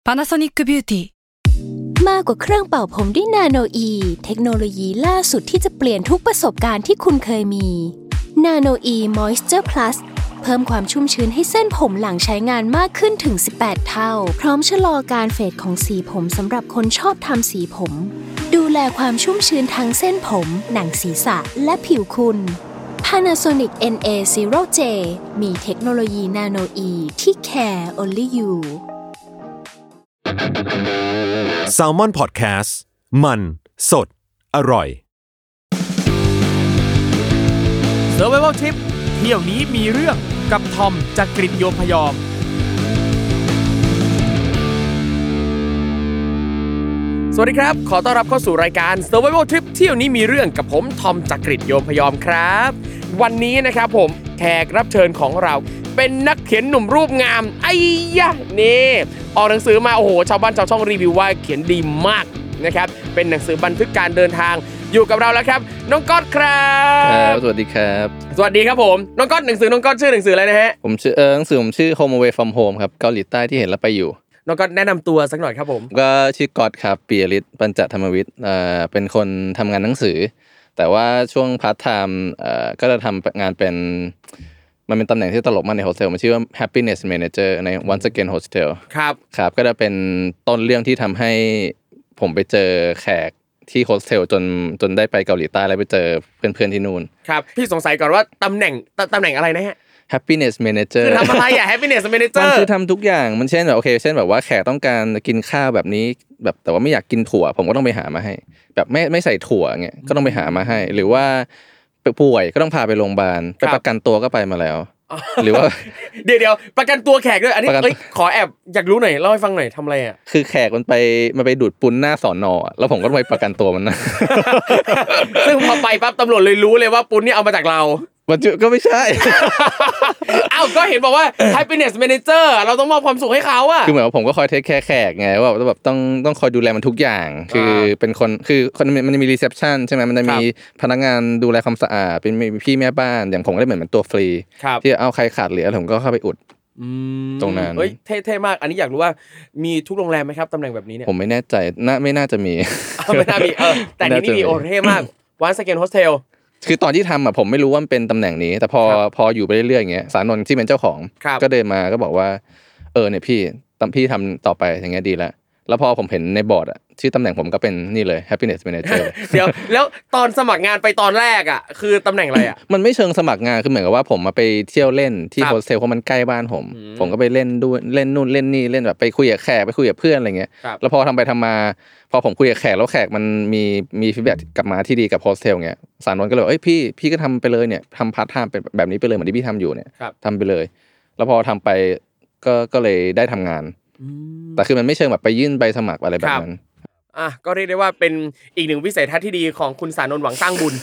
Panasonic Beauty มากกว่าเครื่องเป่าผมด้วยนาโนอีเทคโนโลยีล่าสุดที่จะเปลี่ยนทุกประสบการณ์ที่คุณเคยมีนาโนอีมอยส์เจอร์พลัสเพิ่มความชุ่มชื้นให้เส้นผมหลังใช้งานมากขึ้นถึง18เท่าพร้อมชะลอการเฟดของสีผมสำหรับคนชอบทำสีผมดูแลความชุ่มชื้นทั้งเส้นผมหนังศีรษะและผิวคุณ Panasonic NA0J มีเทคโนโลยีนาโนอีที่ care only you Salmon Podcast มันสดอร่อย Survival Trip เที่ยวนี้มีเรื่องกับทอมจากกลิ่นโยมพยอมสวัสดีครับขอต้อนรับเข้าสู่รายการ Survival Trip เที่ยวนี้มีเรื่องกับผมทอมจากกลิ่นโยมพยอมครับวันนี้นะครับผมแขกรับเชิญของเราเป็นนักเขียนหนุ่มรูปงามไอ้ยะนี่ออกหนังสือมาโอ้โหชาวบ้านชาวช่องรีวิวว่าเขียนดีมากนะครับเป็นหนังสือบันทึกการเดินทางอยู่กับเราแล้วครับน้องก๊อตครับสวัสดีครับสวัสดีครับผมน้องก๊อตหนังสือน้องก๊อตชื่อหนังสืออะไรนะฮะผมชื่อหนังสือผมชื่อ Home Away from Home ครับเกาหลีใต้ที่เห็นแล้วไปอยู่น้องก๊อตแนะนำตัวสักหน่อยครับผมก็ชื่อก๊อตครับปิยฤทธิ์ปัญจธรรมวิทย์เป็นคนทำงานหนังสือแต่ว่าช่วงพาร์ทไทม์ก็จะทำงานเป็นมันเป็นตำแหน่งที่ตลกมากในโฮสเทลมันชื่อว่า Happiness Manager ใน Once Again Hostel ครับก็จะเป็นต้นเรื่องที่ทำให้ผมไปเจอแขกที่โฮสเทลจนได้ไปเกาหลีใต้แล้วไปเจอเพื่อนๆที่นู่นครับพี่สงสัยก่อนว่าตำแหน่งอะไรนะฮะ Happiness Manager คือทำอะไรอ่ะ Happiness Manager มันคือทำทุกอย่างมันเช่นแบบโอเคเช่นแบบว่าแขกต้องการกินข้าวแบบนี้แบบแต่ว่าไม่อยากกินถั่วผมก็ต้องไปหามาให้แบบไม่ใส่ถั่วเงี้ยก็ต้องไปหามาให้หรือว่าป่วยก็ต้องพาไปโรงพยาบาลไปประกันตัวก็ไปมาแล้วหรือว่าเดี๋ยวประกันตัวแขกด้วยอันนี้ขอแอบอยากรู้หน่อยเล่าให้ฟังหน่อยทำอะไรอ่ะคือแขกมันไปดูดปุ้นหน้าสอนอแล้วผมก็ต้องไปประกันตัวมันนะซึ่งพอไปปั๊บตำรวจเลยรู้เลยว่าปุ้นนี่เอามาจากเรามันก็ไม่ใช่อ้าวก็เห็นบอกว่า Happiness Manager เราต้องมอบความสุขให้เขาอ่ะคือเหมือนว่าผมก็คอยเทคแคร์แขกไงว่าแบบต้องคอยดูแลมันทุกอย่างคือเป็นคนมันจะมีรีเซพชันใช่ไหมมันจะมีพนักงานดูแลความสะอาดเป็นพี่แม่บ้านอย่างผมก็ได้เหมือนตัวฟรีที่เอาใครขาดเหลือผมก็เข้าไปอุดตรงนั้นเฮ้ยเท่มากอันนี้อยากรู้ว่ามีทุกโรงแรมไหมครับตำแหน่งแบบนี้เนี่ยผมไม่แน่ใจไม่น่าจะมีไม่น่ามีแต่นี่มีโอเท่มาก Once Again Hostel คือตอนที่ทำผมไม่รู้ว่ามันเป็นตำแหน่งนี้แต่พออยู่ไปเรื่อยๆอย่างเงี้ยสานนท์ที่เป็นเจ้าของก็เดินมาก็บอกว่าเนี่ยพี่ทำต่อไปอย่างเงี้ยดีแล้วพอผมเห็นในบอร์ดชื่อตำแหน่งผมก็เป็นนี่เลย Happiness Manager เดี๋ยวแล้วตอนสมัครงานไปตอนแรกคือตำแหน่งอะไรมันไม่เชิงสมัครงานคือเหมือนกับว่าผมมาไปเที่ยวเล่นที่โฮสเทลเพราะมันใกล้บ้านผมก็ไปเล่นด้วยเล่นนู่นเล่นนี่เล่นแบบไปคุยกับแขกไปคุยกับเพื่อนอะไรเงี้ยแล้วพอทำไปทำมาพอผมคุยกับแขกแล้วแขกมันมีฟีดแบ็กกลับมาที่ดีกับโฮสเทลเงี้ยสานนท์ก็เลยพี่ก็ทำไปเลยเนี่ยทำพาร์ทไทม์เป็นแบบนี้ไปเลยเหมือนที่พี่ทำอยู่เนี่ยทำไปเลยแล้วพอทำไปก็เลยได้ทำงานแต่คือมันไม่เชิงแบบไปยื่นใบสมัครอะไรแบบนั้นก็เรียกได้ว่าเป็นอีกหนึ่งวิสัยทัศน์ที่ดีของคุณสานนท์หวังสร้างบุญ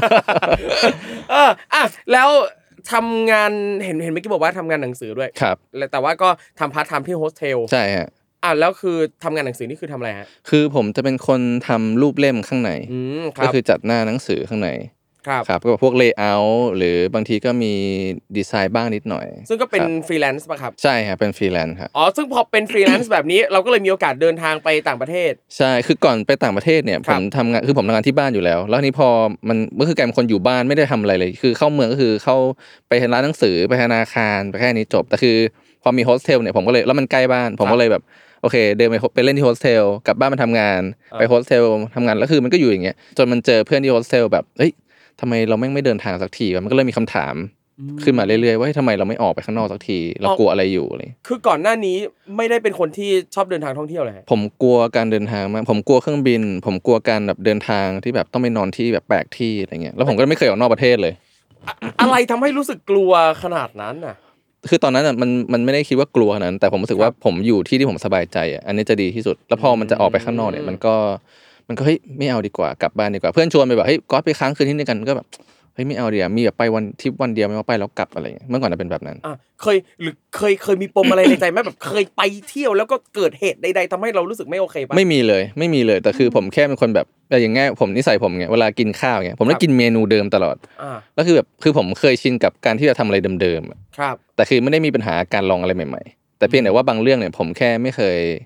แล้วทำงานเห็นเมื่อกี้บอกว่าทำงานหนังสือด้วยครับแต่ว่าก็ทำพาร์ทไทม์ที่โฮสเทลใช่ฮะแล้วคือทำงานหนังสือนี่คือทำอะไรฮะคือผมจะเป็นคนทำรูปเล่มข้างในก็คือจัดหน้าหนังสือข้างในครับก็พวกเลเยอร์หรือบางทีก็มีดีไซน์บ้างนิดหน่อยซึ่งก็เป็นฟรีแลนซ์ป่ะครับใช่ครับเป็นฟรีแลนซ์ครับซึ่งพอเป็นฟรีแลนซ์แบบนี้เราก็เลยมีโอกาสเดินทางไปต่างประเทศใช่คือก่อนไปต่างประเทศเนี่ยผมทำงานที่บ้านอยู่แล้วแล้วนี้พอมันก็คือการเป็นคนอยู่บ้านไม่ได้ทำอะไรเลยคือเข้าเมืองก็คือเข้าไปร้านหนังสือไปธนาคารไปแค่นี้จบแต่คือพอมีโฮสเทลเนี่ยผมก็เลยแล้วมันใกล้บ้านผมก็เลยแบบโอเคเดินไปเล่นที่โฮสเทลกลับบ้านมาทำงานไปโฮสเทลทำงานแล้วคือมันก็อยู่อย่างเงี้ยจนมันเจอเพื่อนที่โฮสเทลแบบทำไมเราไม่เดินทางสักทีมันก็เริ่มมีคำถามขึ้นมาเรื่อยๆว่าทำไมเราไม่ออกไปข้างนอกสักทีเรากลัวอะไรอยู่อะไรคือก่อนหน้านี้ไม่ได้เป็นคนที่ชอบเดินทางท่องเที่ยวเลยผมกลัวการเดินทางมากผมกลัวเครื่องบินผมกลัวการแบบเดินทางที่แบบต้องไปนอนที่แบบแปลกที่อะไรเงี้ยแล้วผมก็ไม่เคยออกนอกประเทศเลยอะไรทำให้รู้สึกกลัวขนาดนั้นคือตอนนั้นมันไม่ได้คิดว่ากลัวขนาดนั้นแต่ผมรู้สึกว่าผมอยู่ที่ผมสบายใจอันนี้จะดีที่สุดแล้วพอมันจะออกไปข้างนอกเนี่ยมันก็เฮ้ยไม่เอาดีกว่ากลับบ้านดีกว่าเพื่อนชวนไปแบบเฮ้ยก๊อตไปค้างคืนที่นี่กันก็แบบเฮ้ยไม่เอาเดี๋ยวมีแบบไปวันทริปวันเดียวไม่ว่าไปแล้วกลับอะไรเงี้ยเมื่อก่อนจะเป็นแบบนั้นเคยมีปมอะไรในใจไหมแบบเคยไปเที่ยวแล้วก็เกิดเหตุใดๆทำให้เรารู้สึกไม่โอเคป่ะไม่มีเลยแต่คือผมแค่เป็นคนแบบอย่างง่ายผมนิสัยผมเงี้ยเวลากินข้าวเงี้ยผมต้องกินเมนูเดิมตลอดแล้วคือแบบคือผมเคยชินกับการที่จะทำอะไรเดิมๆแต่คือไม่ได้มีปัญหาการลองอะไรใหม่ๆแต่เพียงแต่ว่าบางเรื่องเนี่ยผมแค่ไม่เคย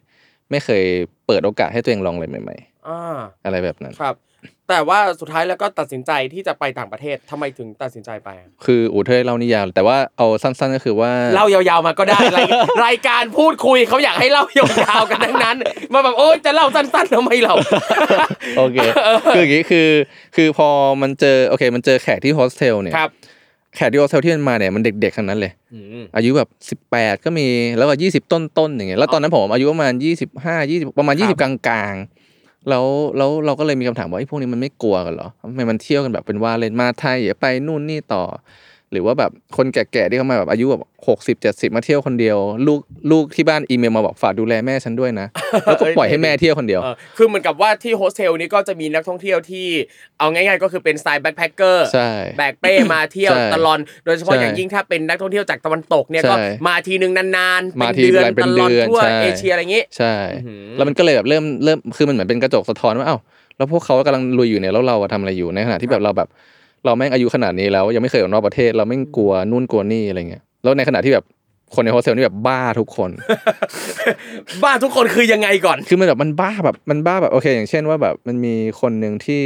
ไม่เคยเปิดโอกาสให้ตัวเองลองอะไรใหม่ๆอะไรแบบนั้นครับแต่ว่าสุดท้ายแล้วก็ตัดสินใจที่จะไปต่างประเทศทำไมถึงตัดสินใจไปคืออู๋เธอเล่านิยามแต่ว่าเอาสั้นๆก็คือว่าเล่ายาวๆมาก็ได้ รายการพูดคุยเขาอยากให้เล่ายาวๆกันทั้งนั้นมาแบบโอ๊ยจะเล่าสั้นๆทำไมเราโอเคคืออย่างงี้คือพอมันเจอโอเคมันเจอแขกที่โฮสเทลเนี่ยแขกที่โฮสเทลที่มันมาเนี่ยมันเด็กๆทั้งนั้นเลยอายุแบบ18ก็มีแล้วก็20ต้นๆอย่างเงี้ยแล้วตอนนั้นผมอายุประมาณ25 20ประมาณ20กลางๆแล้วเราก็เลยมีคำถามว่าไอ้พวกนี้มันไม่กลัวกันเหรอทำไมมันเที่ยวกันแบบเป็นว่าเล่นมาไทยไปนู่นนี่ต่อหรือว่าแบบคนแก่ๆที่เขามาแบบอายุแบบ60 70มาเที่ยวคนเดียวลูกที่บ้านอีเมลมาบอกฝากดูแลแม่ฉันด้วยนะแล้วก็ปล่อยให้แม่เที่ยวคนเดียวคือเหมือนกับว่าที่โฮสเทลนี้ก็จะมีนักท่องเที่ยวที่เอาง่ายๆก็คือเป็นสไตล์แบ็คแพคเกอร์แบกเป้มาเที่ยวตลอดโดยเฉพาะอย่างยิ่งถ้าเป็นนักท่องเที่ยวจากตะวันตกเนี่ยก็มาทีนึงนานๆเป็นเดือนตลอดทั่วเอเชียอะไรอย่างงี้ใช่แล้วมันก็เลยแบบเริ่มคือมันเหมือนเป็นกระจกสะท้อนว่าอ้าวแล้วพวกเขากำลังลุยอยู่เนี่ยแล้วเราทำอะไรอยู่ในขณะที่แบบเราแม่งอายุขนาดนี้แล้วยังไม่เคยออกนอกประเทศเราแม่งกลัวนู่นกลัวนี่อะไรเงี้ยแล้วในขณะที่แบบคนในโฮสเทลนี่แบบบ้าทุกคนบ้าทุกคนคือยังไงก่อนคือมันแบบมันบ้าแบบโอเคอย่างเช่นว่าแบบมันมีคนนึงที่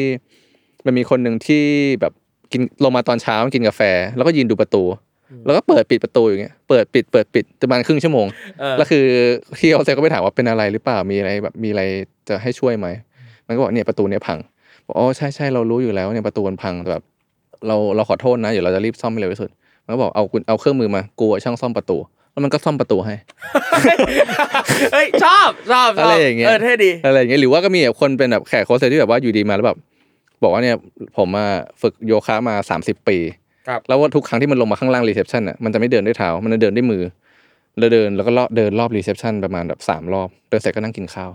แบบกินลงมาตอนเช้ากินกาแฟแล้วก็ยืนดูประตูแล้วก็เปิดปิดประตูอย่างเงี้ยเปิดปิดประมาณครึ่งชั่วโมงแล้วคือที่โฮสเทลก็ไปถามว่าเป็นอะไรหรือเปล่ามีอะไรจะให้ช่วยไหมมันก็บอกเนี่ยประตูเนี่ยพังบอกอ๋อใช่ๆเรารู้อยู่แล้วเนี่ยประตูมันพังแต่แบบเราขอโทษนะเดี๋ยวเราจะรีบซ่อมให้เร็วที่สุดมันก็บอกเอาเครื่องมือมากูช่างซ่อมประตูแล้วมันก็ซ่อมประตูให้เฮ้ยชอบอะไรอย่างเงี้ยเท่ดีอะไรอย่างเงี้ยหรือว่าก็มีแบบคนเป็นแบบแขกโฮสเทลที่แบบว่าอยู่ดีมาแล้วแบบบอกว่าเนี่ยผมมาฝึกโยคะมา30 ปีแล้วว่าทุกครั้งที่มันลงมาข้างล่างรีเซพชันน่ะมันจะไม่เดินด้วยเท้ามันจะเดินด้วยมือแล้วเดินแล้วก็เดินรอบรีเซพชันประมาณแบบ3รอบเดินเสร็จก็นั่งกินข้าว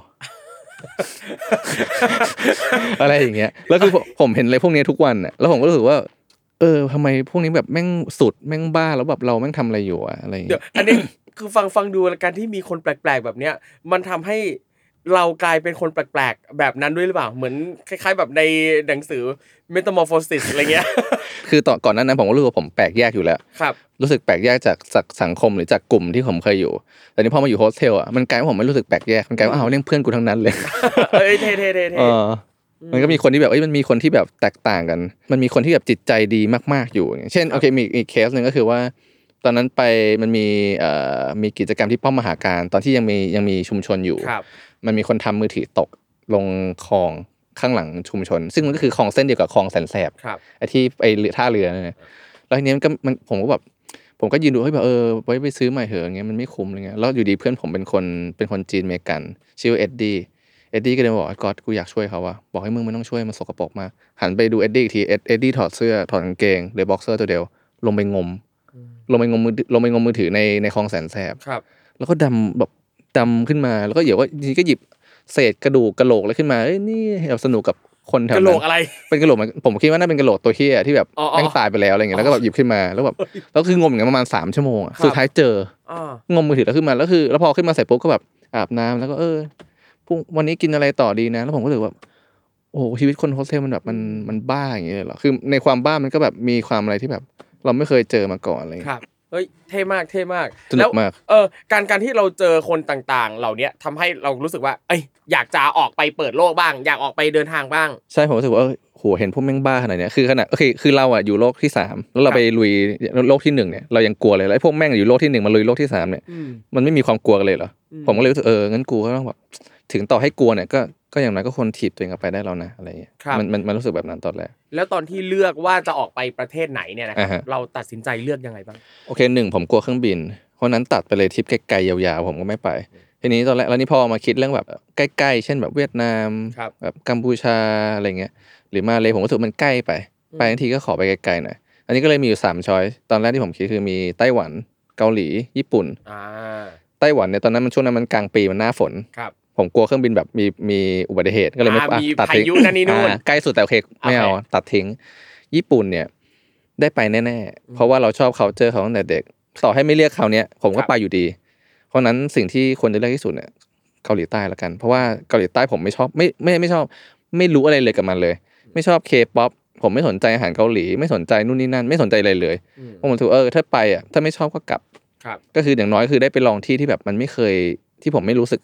อะไรอย่างเงี้ยแล้วคือผมเห็นอะไรพวกนี้ทุกวันน่ะแล้วผมก็รู้สึกว่าทำไมพวกนี้แบบแม่งสุดแม่งบ้าแล้วแบบเราแม่งทำอะไรอยู่อะอะไรอย่างเงี้ยอันนี้คือฟังดูการที่มีคนแปลกๆแบบเนี้ยมันทำให้เรากลายเป็นคนแปลกๆแบบนั้นด้วยหรือเปล่าเหมือนคล้ายๆแบบในหนังสือ Metamorphosis อะไรเงี้ยคือก่อนนั้นผมก็รู้ว่าผมแปลกแยกอยู่แล้วรู้สึกแปลกแยกจากสังคมหรือจากกลุ่มที่ผมเคยอยู่แต่นี่พอมาอยู่โฮสเทลอ่ะมันกลายว่าผมไม่รู้สึกแปลกแยกมันกลายว่าเนี่ยเพื่อนกูทั้งนั้นเลยเฮ้ยเท่มันก็มีคนที่แบบมันมีคนที่แบบแตกต่างกันมันมีคนที่แบบจิตใจดีมากๆอยู่เช่นโอเคมีอีกเคสนึงก็คือว่าตอนนั้นไปมันมีกิจกรรมที่ป้อมมหาการตอนที่ยังมีชุมชนอยู่มันมีคนทำมือถือตกลงคลองข้างหลังชุมชนซึ่งมันก็คือคลองเส้นเดียวกับคลองแสนแสบไอ้ที่ไอ้ท่าเรือนั่นแหละแล้วทีนี้ผมก็ยืนดูเฮ้ยแบบไว้ไปซื้อใหม่เหอะอย่างเงี้ยมันไม่คุ้มอะไรเงี้ยแล้วอยู่ดีเพื่อนผมเป็นคนจีนเมกันชื่อเอ็ดดี้ก็เลยบอกไอ้ก๊อตกูอยากช่วยเขาว่ะบอกให้มึงไม่ต้องช่วยมันสกปรกมากหันไปดูเอ็ดดี้อีกทีเอ็ดดี้ถอดเสื้อถอดกางเกงเหลือบ็อกเซอร์ตัวเดียวลงไปงมมือถือในคลองแสนแสบแล้วก็ดำขึ้นมาแล้วก็เดี๋ยวทีก็หยิบเศษกระดูกกะโหลกอะไรขึ้นมาเอ้ยนี่สนุกกับคนแถวนั้นกะโหลกอะไรเป็นกะโหลกผมคิดว่าน่าเป็นกะโหลกตัวเหี้ยที่แบบแม่งตายไปแล้วอะไรเงี้ยแล้วก็แบบหยิบขึ้นมาแล้วแบบแล้วคืองมอย่างประมาณ3 ชั่วโมงสุดท้ายเจองมมือถือแล้วขึ้นมาแล้วพอขึ้นมาเสร็จปุ๊บก็แบบอาบน้ำแล้วก็พรุ่งวันนี้กินอะไรต่อดีนะแล้วผมก็รู้สึกว่าโอ้ชีวิตคนโฮสเทลมันแบบมันบ้าอย่างเงี้ยเหรอคือในความบ้ามันก็แบบมีความอะไรที่แบบเราไม่เคยเจอมาก่อนอะไรครับเฮ้ยเท่มากแล้วการที่เราเจอคนต่างๆเหล่านี้ทำให้เรารู้สึกว่าอยากจะออกไปเปิดโลกบ้างอยากออกไปเดินทางบ้างใช่ผมรู้สึกว่าโหเห็นพวกแม่งบ้าขนาดนี้คือขนาดโอเคคือเราอ่ะอยู่โลกที่3แล้วเราไปลุยโลกที่1เนี่ยเรายังกลัวเลยแล้วไอ้พวกแม่งอยู่โลกที่1มาลุยโลกที่3เนี่ยมันไม่มีความกลัวกันเลยเหรอผมก็เลยรู้สึกงั้นกูก็ต้องแบบถึงต่อให้กลัวเนี่ยก็อย่างน้อยก็คนถีบตัวเองออกไปได้แล้วนะอะไรอย่างเงี้ยมันรู้สึกแบบนั้นตอนแรกแล้วตอนที่เลือกว่าจะออกไปประเทศไหนเนี่ยนะครับเราตัดสินใจเลือกยังไงบ้างโอเค1ผมกลัวเครื่องบินเพราะนั้นตัดไปเลยทริปไกลๆยาวๆผมก็ไม่ไปทีนี้ตอนแรกแล้วนี่พอมาคิดเรื่องแบบใกล้ๆเช่นแบบเวียดนามแบบกัมพูชาอะไรเงี้ยหรือมาเลยผมก็รู้สึกมันใกล้ไปทันทีก็ขอไปไกลๆหน่อยอันนี้ก็เลยมีอยู่3ช้อยส์ตอนแรกที่ผมคิดคือมีไต้หวันเกาหลีญี่ปุ่นไต้หวันเนี่ยตอนนั้นมันช่วงนั้นมันกลางปีมันหน้าฝนผมกลัวเครื่องบินแบบมีอุบัติเหตุก็เลยไม่ตัดทิ้งใกล้สุดแต่โอเคไม่เอาตัดทิ้งญี่ปุ่นเนี่ยได้ไปแน่ๆเพราะว่าเราชอบcultureเขาตั้งแต่เด็กต่อให้ไม่เรียกคราวนี้ผมก็ไปอยู่ดีเพราะนั้นสิ่งที่ควรจะเลือกที่สุดเนี่ยเกาหลีใต้ละกันเพราะว่าเกาหลีใต้ผมไม่ชอบไม่ชอบไม่รู้อะไรเลยกับมันเลยไม่ชอบ K-pop ผมไม่สนใจอาหารเกาหลีไม่สนใจนู่นนี่นั่นไม่สนใจอะไรเลยผมรู้สึกถ้าไปอ่ะถ้าไม่ชอบก็กลับก็คืออย่างน้อยคือได้ไปลองที่แบบมันไม่เคยที่ผมไม่รู้สึก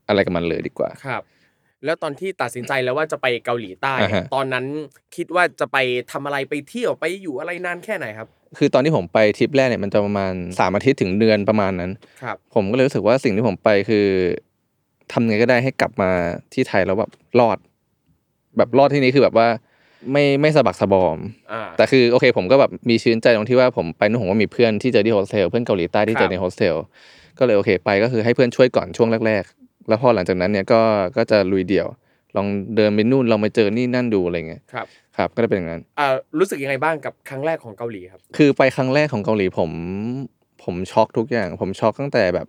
อะไรกับมันเลยดีกว่าครับแล้วตอนที่ตัดสินใจแล้วว่าจะไปเกาหลีใต้ตอนนั้นคิดว่าจะไปทำอะไรไปเที่ยวไปอยู่อะไรนานแค่ไหนครับคือตอนที่ผมไปทริปแรกเนี่ยมันจะประมาณ3 อาทิตย์ถึงเดือนประมาณนั้นครับผมก็เลยรู้สึกว่าสิ่งที่ผมไปคือทำไงก็ได้ให้กลับมาที่ไทยแล้วแบบรอดที่นี้คือแบบว่าไม่สะบักสะบอมแต่คือโอเคผมก็แบบมีชื้นใจตรงที่ว่าผมไปนู่นผมก็มีเพื่อนที่เจอที่โฮสเทลเพื่อนเกาหลีใต้ที่เจอในโฮสเทลก็เลยโอเคไปก็คือให้เพื่อนช่วยก่อนช่วงแรกๆแล้วพอหลังจากนั้นเนี่ยก็จะลุยเดี่ยวลองเดินไปนู่นลองไปเจอนี่นั่นดูอะไรเงี้ยครับก็จะเป็นอย่างนั้นรู้สึกยังไงบ้างกับครั้งแรกของเกาหลีครับคือไปครั้งแรกของเกาหลีผมช็อกทุกอย่างผมช็อกตั้งแต่แบบ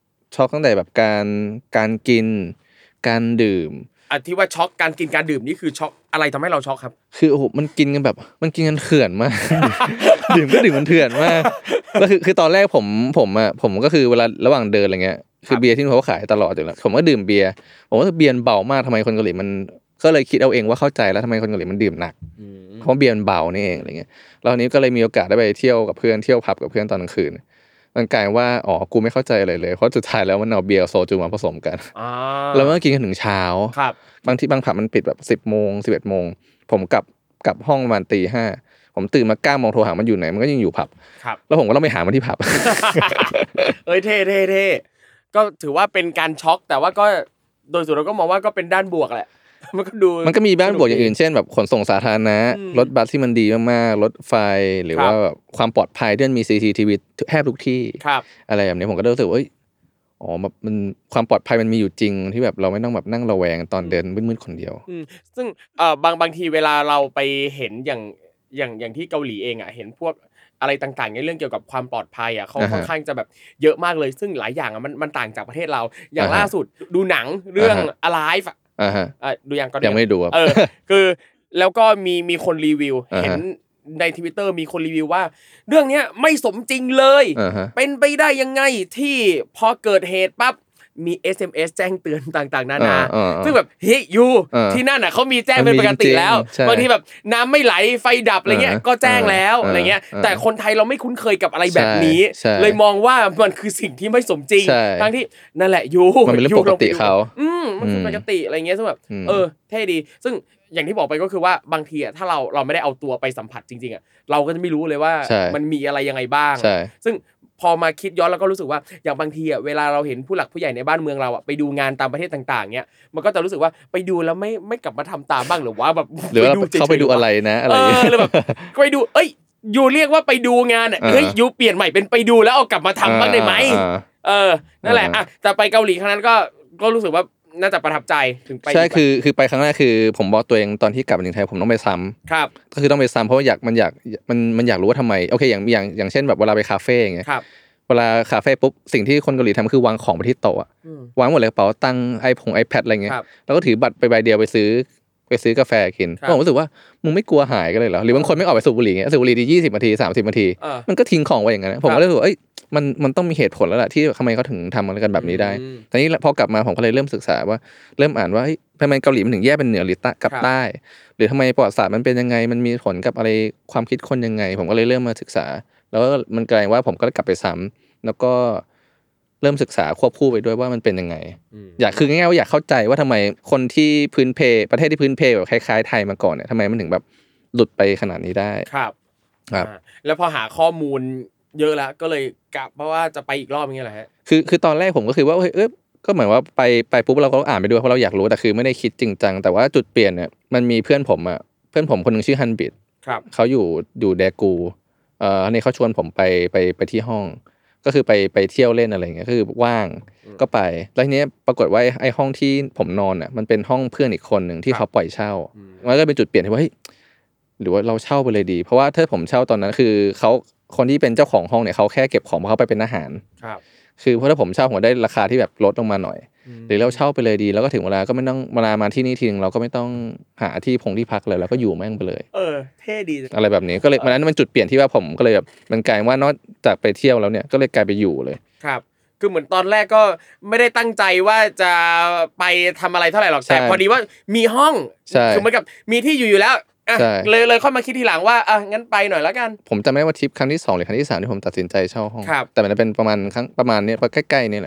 การกินการดื่มที่ว่าช็อกการกินการดื่มนี่คือช็อกอะไรทำให้เราช็อกครับคือโอ้โหมันกินกันเถื่อนมาก ดื่มก็ดื่มมันเถื่อนมากแล้วคือตอนแรกผมก็คือเวลาระหว่างเดินอะไรเงี้ยคือเบียร์ที่เขาขายตลอดอยู่แล้วผมก็ดื่มเบียร์ผมว่าเบียร์เบามากทำไมคนเกาหลีมันก็เลยคิดเอาเองว่าเข้าใจแล้วทำไมคนเกาหลีมันดื่มหนักเพราะเบียร์เบานี่เองอะไรเงี้ยแล้วนี้ก็เลยมีโอกาสได้ไปเที่ยวกับเพื่อนเที่ยวผับกับเพื่อนตอนกลางคืนมันกลายว่ากูไม่เข้าใจอะไรเลยเพราะสุดท้ายแล้วมันเอาเบียร์โซจูมาผสมกันแล้วมันก็กินกันถึงเช้าบางผับมันปิดแบบ10 โมง 11 โมงผมกลับห้องประมาณ 05:00 ผมตื่นมา9 โมงโทรหามันอยู่ไหนมันก็ยังอยู่ผับแล้วผมก็ต้องไปหามันที่ผับเอ้ยเท่ก็ถือว่าเป็นการช็อกแต่ว่าก็โดยส่วนเราก็มองว่าก็เป็นด้านบวกแหละมันก็มีด้านบวกอย่างอื่นเช่นแบบขนส่งสาธารณะรถบัสที่มันดีมากๆรถไฟหรือว่าแบบความปลอดภัยที่มันมี CCTV แทบทุกที่อะไรแบบนี้ผมก็รู้สึกว่ามันความปลอดภัยมันมีอยู่จริงที่แบบเราไม่ต้องแบบนั่งระแวงตอนเดินมืดๆคนเดียวซึ่งบางทีเวลาเราไปเห็นอย่างที่เกาหลีเองอ่ะเห็นพวกอะไรต่างๆในเรื่องเกี่ยวกับความปลอดภัยอ่ะเขาค่อนข้างจะแบบเยอะมากเลยซึ่งหลายอย่างอ่ะมันต่างจากประเทศเราอย่างล่าสุดดูหนังเรื่อง Alive ดูยังไม่ดูคือแล้วก็มีคนรีวิวเห็นใน Twitter มีคนรีวิวว่าเรื่องนี้ไม่สมจริงเลยเป็นไปได้ยังไงที่พอเกิดเหตุปั๊บมี SMS แจ้งเตือนต่างๆนานาซึ่งแบบเฮ้ยยูที่นั่นน่ะเขามีแจ้งเป็นปกติแล้วบางทีแบบน้ำไม่ไหลไฟดับอะไรเงี้ยก็แจ้งแล้วอะไรเงี้ยแต่คนไทยเราไม่คุ้นเคยกับอะไรแบบนี้เลยมองว่ามันคือสิ่งที่ไม่สมจริงทั้งที่นั่นแหละยูมันเป็นเรื่องปกติเขามันคือปกติอะไรเงี้ยซึ่งแบบเท่ดีซึ่งอย่างที่บอกไปก็คือว่าบางทีอ่ะถ้าเราไม่ได้เอาตัวไปสัมผัสจริงๆอ่ะเราก็จะไม่รู้เลยว่ามันมีอะไรยังไงบ้างซึ่งพอมาคิดย้อนแล้วก็รู้สึกว่าอย่างบางทีอ่ะเวลาเราเห็นผู้หลักผู้ใหญ่ในบ้านเมืองเราอ่ะไปดูงานตามประเทศต่างๆเงี้ยมันก็จะรู้สึกว่าไปดูแล้วไม่กลับมาทำตามบ้างหรือว่าแบบหรือว่าเขาไปดูอะไรนะอะไรหรือแบบไปดูยูเรียกว่าไปดูงานอ่ะยูเปลี่ยนใหม่เป็นไปดูแล้วเอากลับมาทำบ้างได้ไหมนั่นแหละอ่ะแต่ไปเกาหลีครั้งนั้นก็รู้สึกว่าน่าจะประทับใจถึงไปใช่คือไปครั้งแรกคือผมบอกตัวเองตอนที่กลับมาถึงไทยผมต้องไปซ้ำครับก็คือต้องไปซ้ำเพราะว่ามันอยากรู้ว่าทำไมโอเคอย่างเช่นแบบเวลาไปคาเฟ่อย่างเงี้ยเวลาคาเฟ่ปุ๊บสิ่งที่คนเกาหลีทำคือวางของไปที่โต๊ะวางหมดเลยกระเป๋าตังค์iPad อะไรเงี้ยแล้วก็ถือบัตรไปใบเดียวไปซื้อกาแฟกินผมรู้สึกว่ามึงไม่กลัวหายกันเลยเหรอหรือบางคนไม่ออกไปสูบบุหรี่เงี้ยสูบบุหรี่ที่20 นาที30 นาทีมันก็ทิ้งของไว้อย่างนั้นผมก็เลยรู้สึกมันต้องมีเหตุผลแล้วแหละที่ทำไมเขาถึงทำอะไรกันแบบนี้ได้ทีนี้พอกลับมาผมก็เลยเริ่มศึกษาว่าเริ่มอ่านว่าทำไมเกาหลีมันถึงแยกเป็นเหนือหรือกับใต้หรือทำไมประวัติศาสตร์มันเป็นยังไงมันมีผลกับอะไรความคิดคนยังไงผมก็เลยเริ่มมาศึกษาแล้วมันกลายว่าผมก็กลับไปซ้ำแล้วก็เริ่มศึกษาควบคู่ไปด้วยว่ามันเป็นยังไงคือง่ายๆว่าอยากเข้าใจว่าทำไมคนที่พื้นเพประเทศที่พื้นเพแบบคล้ายๆไทยมาก่อนเนี่ยทำไมมันถึงแบบหลุดไปขนาดนี้ได้ครับแล้วพอหาข้อมูลเยอะแล้วก็เลยกะเพราะว่าจะไปอีกรอบอย่างเงี้ยแหละฮะคือตอนแรกผมก็คือว่าก็เหมือนว่าไปปุ๊บเราก็อ่านไปด้วยเพราะเราอยากรู้แต่คือไม่ได้คิดจริงจังแต่ว่าจุดเปลี่ยนเนี่ยมันมีเพื่อนผมคนนึงชื่อฮันบิดเขาอยู่แดกูอันนี้เขาชวนผมไปที่ห้องก็คือไปเที่ยวเล่นอะไรเงี้ยคือว่างก็ไปแล้วทีนี้ปรากฏว่าไอ้ห้องที่ผมนอนอ่ะมันเป็นห้องเพื่อนอีกคนนึงที่เขาปล่อยเช่ามันก็เป็นจุดเปลี่ยนที่ว่าหรือว่าเราเช่าไปเลยดีเพราะว่าถ้าผมเช่าตอนนั้นคือคนที่เป็นเจ้าของห้องเนี่ยเขาแค่เก็บของเขาไปเป็นอาหารคือเพราะถ้าผมเช่าผมได้ราคาที่แบบลดลงมาหน่อยหรือเราเช่าไปเลยดีแล้วก็ถึงเวลาก็ไม่ต้องมาที่นี่ทีนึงเราก็ไม่ต้องหาที่พักเลยแล้วก็อยู่แม่งไปเลยเท่ดีอะไรแบบนี้ก็เลยวันนั้นมันจุดเปลี่ยนที่ว่าผมก็เลยแบบมันกลายว่านอกจากไปเที่ยวแล้วเนี่ยก็เลยกลายไปอยู่เลยครับคือเหมือนตอนแรกก็ไม่ได้ตั้งใจว่าจะไปทำอะไรเท่าไหร่หรอกแต่พอดีว่ามีห้องคือเหมือนกับมีที่อยู่แล้วเลยค่อยมาคิดทีหลังว่างั้นไปหน่อยแล้วกันผมจำไม่ได้ว่าทริปครั้งที่2หรือครั้งที่3ที่ผมตัดสินใจเช่าห้องแต่มันเป็นประมาณนี้ใกล้ๆนี่แหละ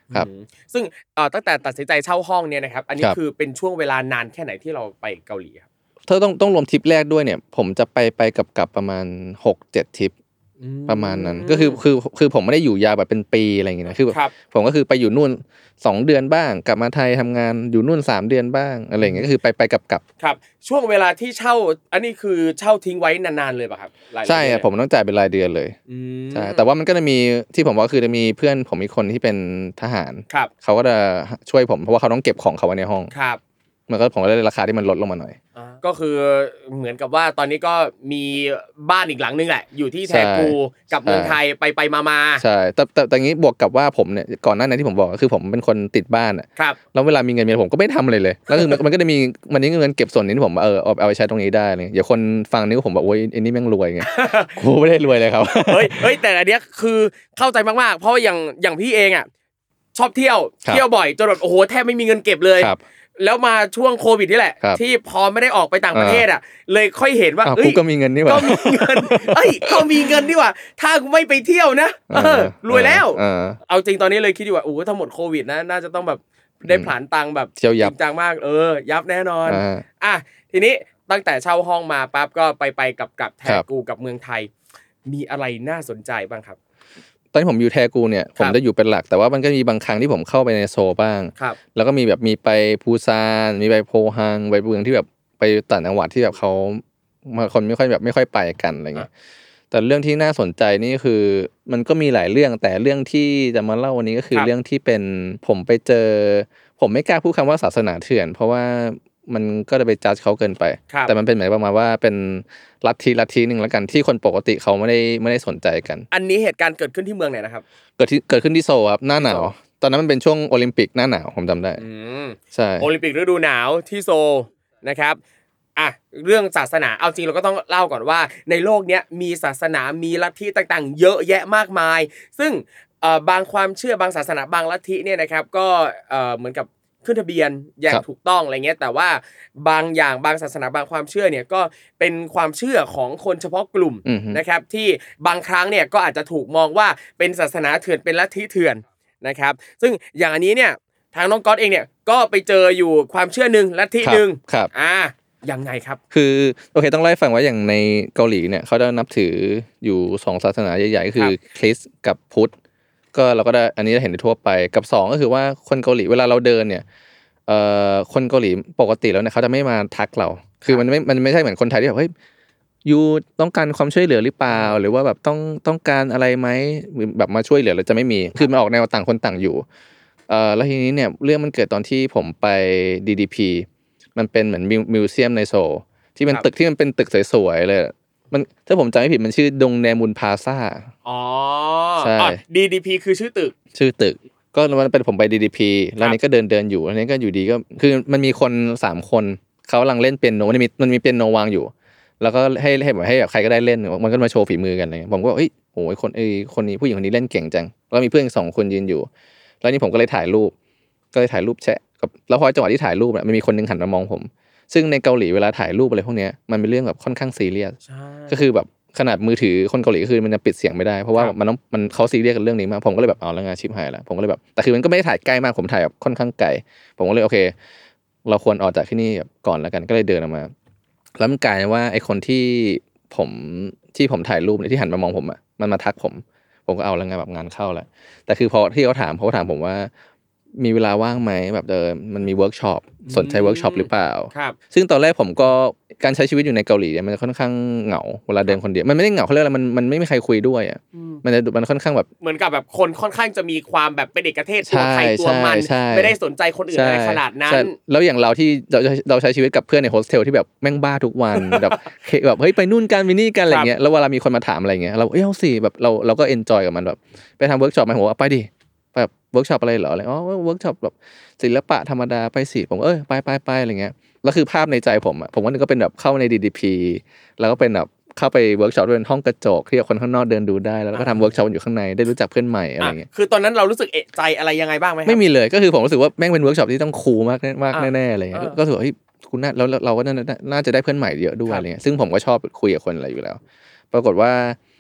ครับซึ่งตั้งแต่ตัดสินใจเช่าห้องเนี่ยนะครับอันนี้คือเป็นช่วงเวลานานแค่ไหนที่เราไปเกาหลีครับถ้าต้องรวมทริปแรกด้วยเนี่ยผมจะไปกับประมาณ 6-7 ทริปประมาณนั้นก็คือผมไม่ได้อยู่ยาวแบบเป็นปีอะไรอย่างเงี้ยนะคือผมก็คือไปอยู่นู่น2เดือนบ้างกลับมาไทยทำงานอยู่นู่น3เดือนบ้างอะไรอย่างเงี้ยก็คือไปกลับครับช่วงเวลาที่เช่าอันนี้คือเช่าทิ้งไว้นานๆเลยป่ะครับใช่ผมต้องจ่ายเป็นรายเดือนเลยใช่แต่ว่ามันก็จะมีที่ผมว่าคือจะมีเพื่อนผมอีกคนที่เป็นทหารเขาก็จะช่วยผมเพราะว่าเขาต้องเก็บของเขาไว้ในห้องมันก็ผมก็ได้ราคาที่มันลดลงมาหน่อยก็คือเหมือนกับว่าตอนนี้ก็มีบ้านอีกหลังนึงแหละอยู่ที่แทกูกับเมืองไทยไปมาใช่แต่งี้บวกกับว่าผมเนี่ยก่อนหน้านั้นที่ผมบอกก็คือผมเป็นคนติดบ้านอ่ะแล้วเวลามีเงินผมก็ไม่ทำอะไรเลยแล้วคือมันก็จะมีมันนี่เงินเก็บส่วนนี้ที่ผมเอาไปใช้ตรงนี้ได้เลยเดี๋ยวคนฟังนี่ผมบอกโอ๊ยไอ้นี่แม่งรวยไงกูไม่ได้รวยเลยครับเฮ้ยแต่อันเนี้ยคือเข้าใจมากๆเพราะอย่างพี่เองอ่ะชอบเที่ยวบ่อยจนแบบโอ้โหแทบไม่มีเงินเก็บเลยแล้วมาช่วงโควิดนี่แหละที่พอไม่ได้ออกไปต่างประเทศอ่ะเลยค่อยเห็นว่าเอ้ยก็มีเงินนี่หว่าก็มีเงินก็มีเงินนี่หว่าถ้ากูไม่ไปเที่ยวนะรวยแล้วเอาจริงตอนนี้เลยคิดอยู่ว่าโอ้ถ้าหมดโควิดนะน่าจะต้องแบบได้ผลาญตังค์แบบจริงจังมากยับแน่นอนทีนี้ตั้งแต่เช่าห้องมาปั๊บก็ไปกับแทกูกับเมืองไทยมีอะไรน่าสนใจบ้างครับตอนที่ผมอยู่แทกูเนี่ยผมจะอยู่เป็นหลักแต่ว่ามันก็มีบางครั้งที่ผมเข้าไปในโซบ้างแล้วก็มีไปปูซานมีไปโพฮังไปเมืองที่แบบไปต่างจังหวัดที่แบบเขาคนไม่ค่อยไปกันอะไรเงี้ยแต่เรื่องที่น่าสนใจนี่คือมันก็มีหลายเรื่องแต่เรื่องที่จะมาเล่าวันนี้ก็คือเรื่องที่เป็นผมไปเจอผมไม่กล้าพูดคำว่าศาสนาเถื่อนเพราะว่ามันก็จะไปจัดเขาเกินไปแต่มันเป็นเหมือนประมาณว่าเป็นลัทธินึงแล้วกันที่คนปกติเขาไม่ได้สนใจกันอันนี้เหตุการณ์เกิดขึ้นที่เมืองไหนนะครับเกิดขึ้นที่โซลครับหน้าหนาวตอนนั้นมันเป็นช่วงโอลิมปิกหน้าหนาวผมจำได้ใช่โอลิมปิกฤดูหนาวที่โซลนะครับเรื่องศาสนาเอาจริงเราก็ต้องเล่าก่อนว่าในโลกนี้มีศาสนามีลัทธิต่างๆเยอะแยะมากมายซึ่งบางความเชื่อบางศาสนาบางลัทธิเนี่ยนะครับก็เหมือนกับขึ้นทะเบียนอย่างถูกต้องอะไรเงี้ยแต่ว่าบางอย่างบางศาสนาบางความเชื่อเนี่ยก็เป็นความเชื่อของคนเฉพาะกลุ่มนะครับที่บางครั้งเนี่ยก็อาจจะถูกมองว่าเป็นศาสนาเถื่อนเป็นลัทธิเถื่อนนะครับซึ่งอย่างอันนี้เนี่ยทางน้องก๊อตเองเนี่ยก็ไปเจออยู่ความเชื่อนึงลัทธินึงยังไงครับคือโอเคต้องเล่าให้ฟังว่าอย่างในเกาหลีเนี่ยเขาจะนับถืออยู่2ศาสนาใหญ่ๆก็คือคริสต์กับพุทธก็เราก็ได้อันนี้เห็นได้ทั่วไปกับ2ก็คือว่าคนเกาหลีเวลาเราเดินเนี่ยคนเกาหลีปกติแล้วเนี่ยเขาจะไม่มาทักเราคือมันไม่ใช่เหมือนคนไทยที่แบบเฮ้ยยูต้องการความช่วยเหลือหรือเปล่าหรือว่าแบบต้องการอะไรไหมแบบมาช่วยเหลือเราจะไม่มีคือมันออกแนวต่างคนต่างอยู่แล้วทีนี้เนี่ยเรื่องมันเกิดตอนที่ผมไป DDP มันเป็นเหมือนมิวเซียมในโซลที่เป็นตึกที่มันเป็นตึกสวยๆเลยมันถ้าผมจำไม่ผิดมันชื่อดงแนมุนพลาซ่าใช่ DDP คือชื่อตึกก็มันเป็นผมไป DDP แล้วนี้ก็เดินอยู่แล้วนี้ก็อยู่ดีก็คือมันมีคน3คนเขากำลังเล่นเปียโนมันมีเปียโนวางอยู่แล้วก็ให้แบบใครก็ได้เล่นมันก็มาโชว์ฝีมือกันอะไรผมก็เฮ้ยโหคนนี้ผู้หญิงคนนี้เล่นเก่งจังแล้วมีเพื่อนอีก2คนยืนอยู่แล้วนี่ผมก็เลยถ่ายรูปแชะแล้วพอจังหวะที่ถ่ายรูปมันมีคนนึงหันมามองผมซึ่งในเกาหลีเวลาถ่ายรูปอะไรพวกนี้มันเป็นเรื่องแบบค่อนข้างซีเรียสก็คือแบบขนาดมือถือคนเกาหลีก็คือมันจะปิดเสียงไม่ได้เพราะว่ามันเขาซีเรียสกับเรื่องนี้มากผมก็เลยแบบเอาแล้วงานชิปหายแล้วผมก็เลยแบบแต่คือมันก็ไม่ได้ถ่ายใกล้มากผมถ่ายแบบค่อนข้างไกลผมก็เลยโอเคเราควรออกจากที่นี่ก่อนแล้วกันก็เลยเดินออกมาแล้วมันกลายว่าไอ้คนที่ผมถ่ายรูปเนี่ยที่หันมามองผมอ่ะมันมาทักผมก็เอาแล้วงานแบบงานเข้าแล้วแต่คือพอที่เขาถามผมว่ามีเวลาว่างไหมแบบมันมีเวิร์กช็อปสนใจเวิร์กช็อปหรือเปล่าซึ่งตอนแรกผมก็การใช้ชีวิตอยู่ในเกาหลีเนี่ยมันค่อนข้างเหงาเวลาเดินคนเดียวมันไม่ได้เหงาเขาเรียกอะไรมันไม่มีใครคุยด้วยอ่ะมันค่อนข้างแบบเหมือนกับแบบคนค่อนข้างจะมีความแบบเป็นเอกเทศตัวใครตัวมันไม่ได้สนใจคนอื่นอะไรขนาดนั้นแล้วอย่างเราที่เราใช้ชีวิตกับเพื่อนในโฮสเทลที่แบบแม่งบ้าทุกวันแบบเฮ้ยไปนู่นกันไปนี่กันอะไรเงี้ยแล้วเวลามีคนมาถามอะไรเงี้ยเราเอาสิแบบเราก็เอนจอยกับมันแบบไปทำเวิร์กช็อปไหมผมว่าไปดิแบบเวิร์กช็อปอะไรเหรออะไรเวิร์กช็อปแบบศิลปะธรรมดาไปสิผมไปอะไรเงี้ยแล้วคือภาพในใจผมว่านึกก็เป็นแบบเข้าใน DDP แล้วก็เป็นแบบเข้าไปเวิร์กช็อปด้วยห้องกระจกที่คนข้างนอกเดินดูได้แล้วก็ทำเวิร์กช็อปอยู่ข้างในได้รู้จักเพื่อนใหม่อะไรเงี้ยคือตอนนั้นเรารู้สึกเอะใจอะไรยังไงบ้างไหมไม่มีเลยก็คือผมรู้สึกว่าแม่งเป็นเวิร์กช็อปที่ต้องคูลมากแน่ๆอะไรเงี้ยก็รู้สึกว่าเฮ้ยคุณแล้วเราก็น่าจะได้เพื่อนใหม่เยอะด้วยอะไรเงี้ยซึ่งผมก็ชอบคุยกับคนอะไรอยู่แล้วปรากฏว่า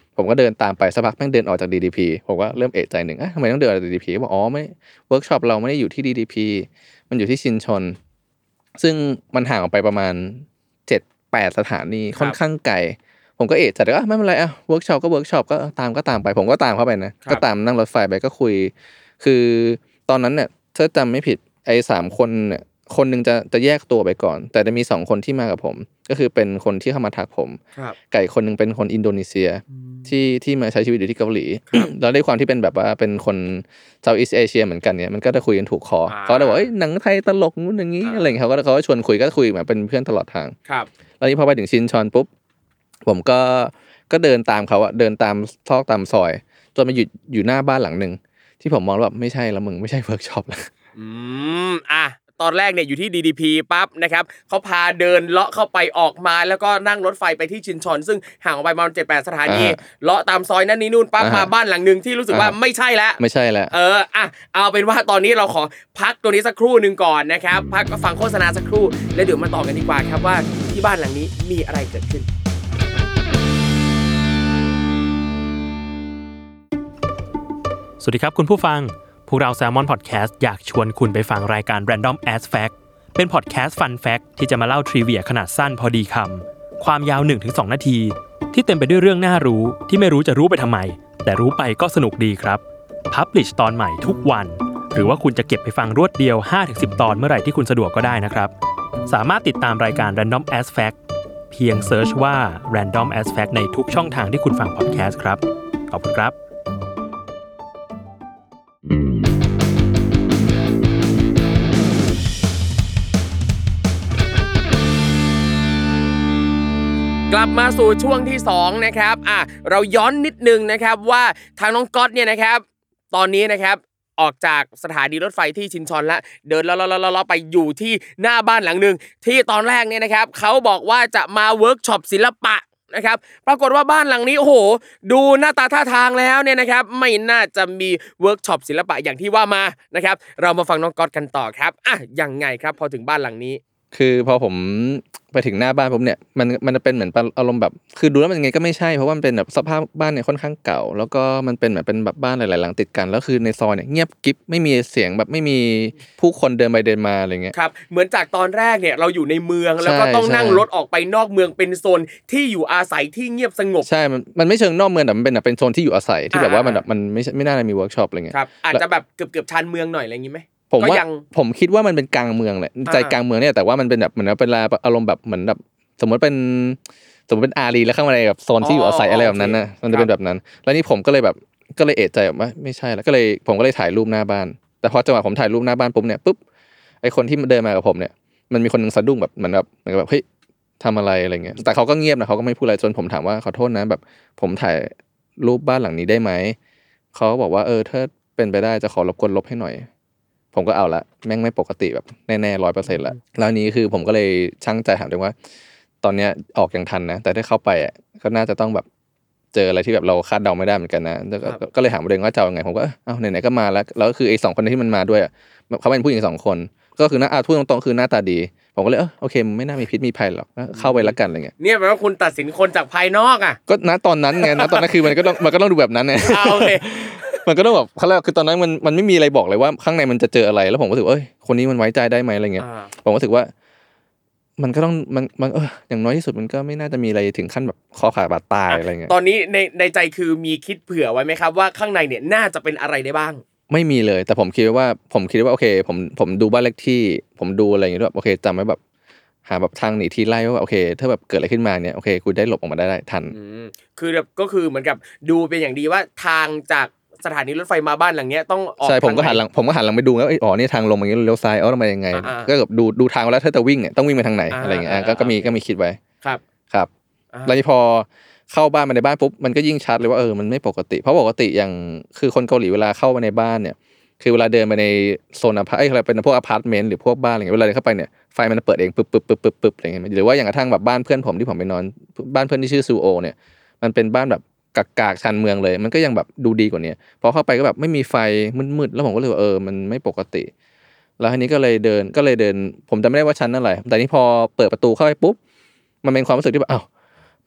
ผมก็เดินตามไปสักพักแม่งเดินออกจาก DDP ผมก็เริ่มเอะใจหนึ่งทำไมต้องเดินออกจาก DDP บอกอ๋อไม่เวิร์กช็อปเราไม่ได้อยู่ที่ DDP มันอยู่ที่ชินชนซึ่งมันห่างออกไปประมาณ 7-8 สถานีค่อนข้างไกลผมก็เอะใจว่าไม่เป็นไรเวิร์กช็อปก็เวิร์กช็อปก็ตามไปผมก็ตามเข้าไปนะก็ตามนั่งรถไฟไปก็คุยคือตอนนั้นเนี่ยถ้าจำไม่ผิดไอ้3คนเนี่ยคนนึงจะแยกตัวไปก่อนแต่จะมี2คนที่มากับผมก็คือเป็นคนที่เข้ามาทักผมไก่คนนึงเป็นคนอินโดนีเซียที่มาใช้ชีวิตอยู่ที่เกาหลีแล้วด้วยความที่เป็นแบบว่าเป็นคนเซาท์อีสต์เอเชียเหมือนกันเนี่ยมันก็จะคุยกันถูกคอเขาเลยบอกหนังไทยตลกนู้นอย่างนี้อะไรอย่างเงี้ยเขาก็ชวนคุยก็คุยแบบเป็นเพื่อนตลอดทางแล้วนี่พอไปถึงชินชอนปุ๊บผมก็เดินตามเขาเดินตามซอกตามซอยจนมาอยู่หน้าบ้านหลังนึงที่ผมมองว่าไม่ใช่ละมึงไม่ใช่เวิร์กช็อปแล้วตอนแรกเนี่ยอยู่ที่ DDP ปั๊บนะครับเขาพาเดินเลาะเข้าไปออกมาแล้วก็นั่งรถไฟไปที่ชินชอนซึ่งห่างออกไปประมาณ 7-8 สถานีเลาะตามซอยนั่นนี่นู่นปั๊บมาบ้านหลังนึงที่รู้สึกว่าไม่ใช่แล้วเอาเป็นว่าตอนนี้เราขอพักตัวนี้สักครู่นึงก่อนนะครับพักฟังโฆษณาสักครู่แล้วเดี๋ยวมาต่อกันดีกว่าครับว่าที่บ้านหลังนี้มีอะไรเกิดขึ้นสวัสดีครับคุณผู้ฟังพวกเรา Salmon Podcast อยากชวนคุณไปฟังรายการ Random as Fact เป็น podcast Fun Fact ที่จะมาเล่าทริเวียขนาดสั้นพอดีคำความยาว 1-2 นาทีที่เต็มไปด้วยเรื่องน่ารู้ที่ไม่รู้จะรู้ไปทำไมแต่รู้ไปก็สนุกดีครับ Publish ตอนใหม่ทุกวันหรือว่าคุณจะเก็บไปฟังรวดเดียว 5-10 ตอนเมื่อไหร่ที่คุณสะดวกก็ได้นะครับสามารถติดตามรายการ Random as Fact เพียงเซิร์ชว่า Random as Fact ในทุกช่องทางที่คุณฟัง podcast ครับขอบคุณครับกลับมาสู่ช่วงที่2นะครับเราย้อนนิดนึงนะครับว่าทางน้องก๊อตเนี่ยนะครับตอนนี้นะครับออกจากสถานีรถไฟที่ชินชอนแล้วเดินเลาะไปอยู่ที่หน้าบ้านหลังนึงที่ตอนแรกเนี่ยนะครับเขาบอกว่าจะมาเวิร์กช็อปศิลปะนะครับปรากฏว่าบ้านหลังนี้โอ้โหดูหน้าตาท่าทางแล้วเนี่ยนะครับไม่น่าจะมีเวิร์กช็อปศิลปะอย่างที่ว่ามานะครับเรามาฟังน้องก๊อตกันต่อครับยังไงครับพอถึงบ้านหลังนี้คือพอผมไปถึงหน้าบ้านผมเนี่ยมันจะเป็นเหมือนอารมณ์แบบคือดูแล้วมันยังไงก็ไม่ใช่เพราะว่ามันเป็นแบบสภาพบ้านเนี่ยค่อนข้างเก่าแล้วก็มันเป็นเหมือนเป็นแบบบ้านหลายๆหลังติดกันแล้วคือในซอยเนี่ยเงียบกิ๊บไม่มีเสียงแบบไม่มีผู้คนเดินไปเดินมาอะไรเงี้ยครับเหมือนจากตอนแรกเนี่ยเราอยู่ในเมืองแล้วก็ต้องนั่งรถออกไปนอกเมืองเป็นโซนที่อยู่อาศัยที่เงียบสงบใช่มันไม่เชิงนอกเมืองแต่มันเป็นแบบเป็นโซนที่อยู่อาศัยที่แบบว่ามันแบบมันไม่น่าจะมีเวิร์กช็อปอะไรเงี้ยครับอาจจะแบบเกือบชานเมืองหน่อยอะไรอย่างงี้มั้ยผมคิดว่ามันเป็นกลางเมืองแหละใจกลางเมืองเนี่ยแต่ว่ามันเป็นแบบเหมือนเป็นอารมณ์แบบเหมือนแบบสมมติเป็นอารีแล้วข้างในแบบโซนที่อยู่อาศัยอะไรแบบนั้นนะมันจะเป็นแบบนั้นแล้วนี่ผมก็เลยเอะใจว่าไม่ใช่แล้วผมก็เลยถ่ายรูปหน้าบ้านแต่พอจังหวะผมถ่ายรูปหน้าบ้านปุ๊บเนี่ยปุ๊บไอคนที่เดินมากับผมเนี่ยมันมีคนนึงสะดุ้งแบบเหมือนแบบเฮ้ยทำอะไรเงี้ยแต่เขาก็เงียบนะเขาก็ไม่พูดอะไรจนผมถามว่าขอโทษนะแบบผมถ่ายรูปบ้านหลังนี้ได้ไหมเขาบอกว่าถ้าเป็นไปได้จะขอรบกวนลบให้หน่อยผมก็เอาละแม่งไม่ปกติแบบแน่ๆ 100% ละแล้วนี้คือผมก็เลยชั่งใจถามด้วยว่าตอนเนี้ยออกอย่างทันนะแต่ถ้าเข้าไปก็น่าจะต้องแบบเจออะไรที่แบบเราคาดเดาไม่ได้เหมือนกันนะก็เลยถามตัวเองว่าจะยังไงผมก็ไหนๆก็มาแล้วคือไอ้2คนที่มันมาด้วยเขาเป็นผู้หญิง2คนก็คือพูดตรงๆคือหน้าตาดีผมก็เลยโอเคไม่น่ามีพิษมีภัยหรอกเข้าไปละกันอะไรเงี้ยเนี่ยแปลว่าคุณตัดสินคนจากภายนอกก็ณตอนนั้นไงณตอนนั้นคือมันก็ต้องดูแบบนั้นไงโอเคมันก็ต้องแบบเขาเรียกคือตอนนั้นมันไม่มีอะไรบอกเลยว่าข้างในมันจะเจออะไรแล้วผมก็รู้สึกคนนี้มันไว้ใจได้ไหมอะไรเงี้ยผมก็รู้สึกว่ามันก็ต้องมันอย่างน้อยที่สุดมันก็ไม่น่าจะมีอะไรถึงขั้นแบบคอขาดบาดตายอะไรเงี้ยตอนนี้ในใจคือมีคิดเผื่อไว้ไหมครับว่าข้างในเนี่ยน่าจะเป็นอะไรได้บ้างไม่มีเลยแต่ผมคิดว่าโอเคผมดูบ้านเลขที่ผมดูอะไรอย่างเงี้ยแบบโอเคจำไว้แบบหาแบบทางหนีทีไล่ว่าโอเคถ้าแบบเกิดอะไรขึ้นมาเนี่ยโอเคกูได้หลบออกมาได้ทันคือแบบก็คือเหมือนกับดูเป็นอย่างดีว่าทางจากสถานีรถไฟมาบ้านหลังเนี้ยต้องออกใช่ผมก็หันหลังไปดูแล้วนี่ทางลงอย่างงี้เลี้ยวซ้ายทำไมยังไงก็แบบดูทางแล้วถ้าจะวิ่งเนี่ยต้องวิ่งไปทางไหนอะไรเงี้ยก็มีคิดไว้ครับแล้วพอเข้าบ้านมาในบ้านปุ๊บมันก็ยิ่งชัดเลยว่ามันไม่ปกติเพราะปกติอย่างคือคนเกาหลีเวลาเข้ามาในบ้านเนี่ยคือเวลาเดินไปในโซนอะไรเป็นพวกอพาร์ตเมนต์หรือพวกบ้านอะไรเงี้ยเวลาเดินเข้าไปเนี่ยไฟมันเปิดเองปึ๊บอะไรเงี้ยหรือว่าอย่างกระทั่งแบบบ้านเพื่อนผมที่ผมไปนอนบ้านเพื่อนที่ชื่อซูโอเนี่ยมันเป็นบ้านแบบกากๆชันเมืองเลยมันก็ยังแบบดูดีกว่านี้พอเข้าไปก็แบบไม่มีไฟมืดๆแล้วผมก็เลยว่ามันไม่ปกติแล้วทีนี้ก็เลยเดินผมจำไม่ได้ว่าชั้นอะไรแต่นี่พอเปิดประตูเข้าไปปุ๊บมันเป็นความรู้สึกที่แบบแ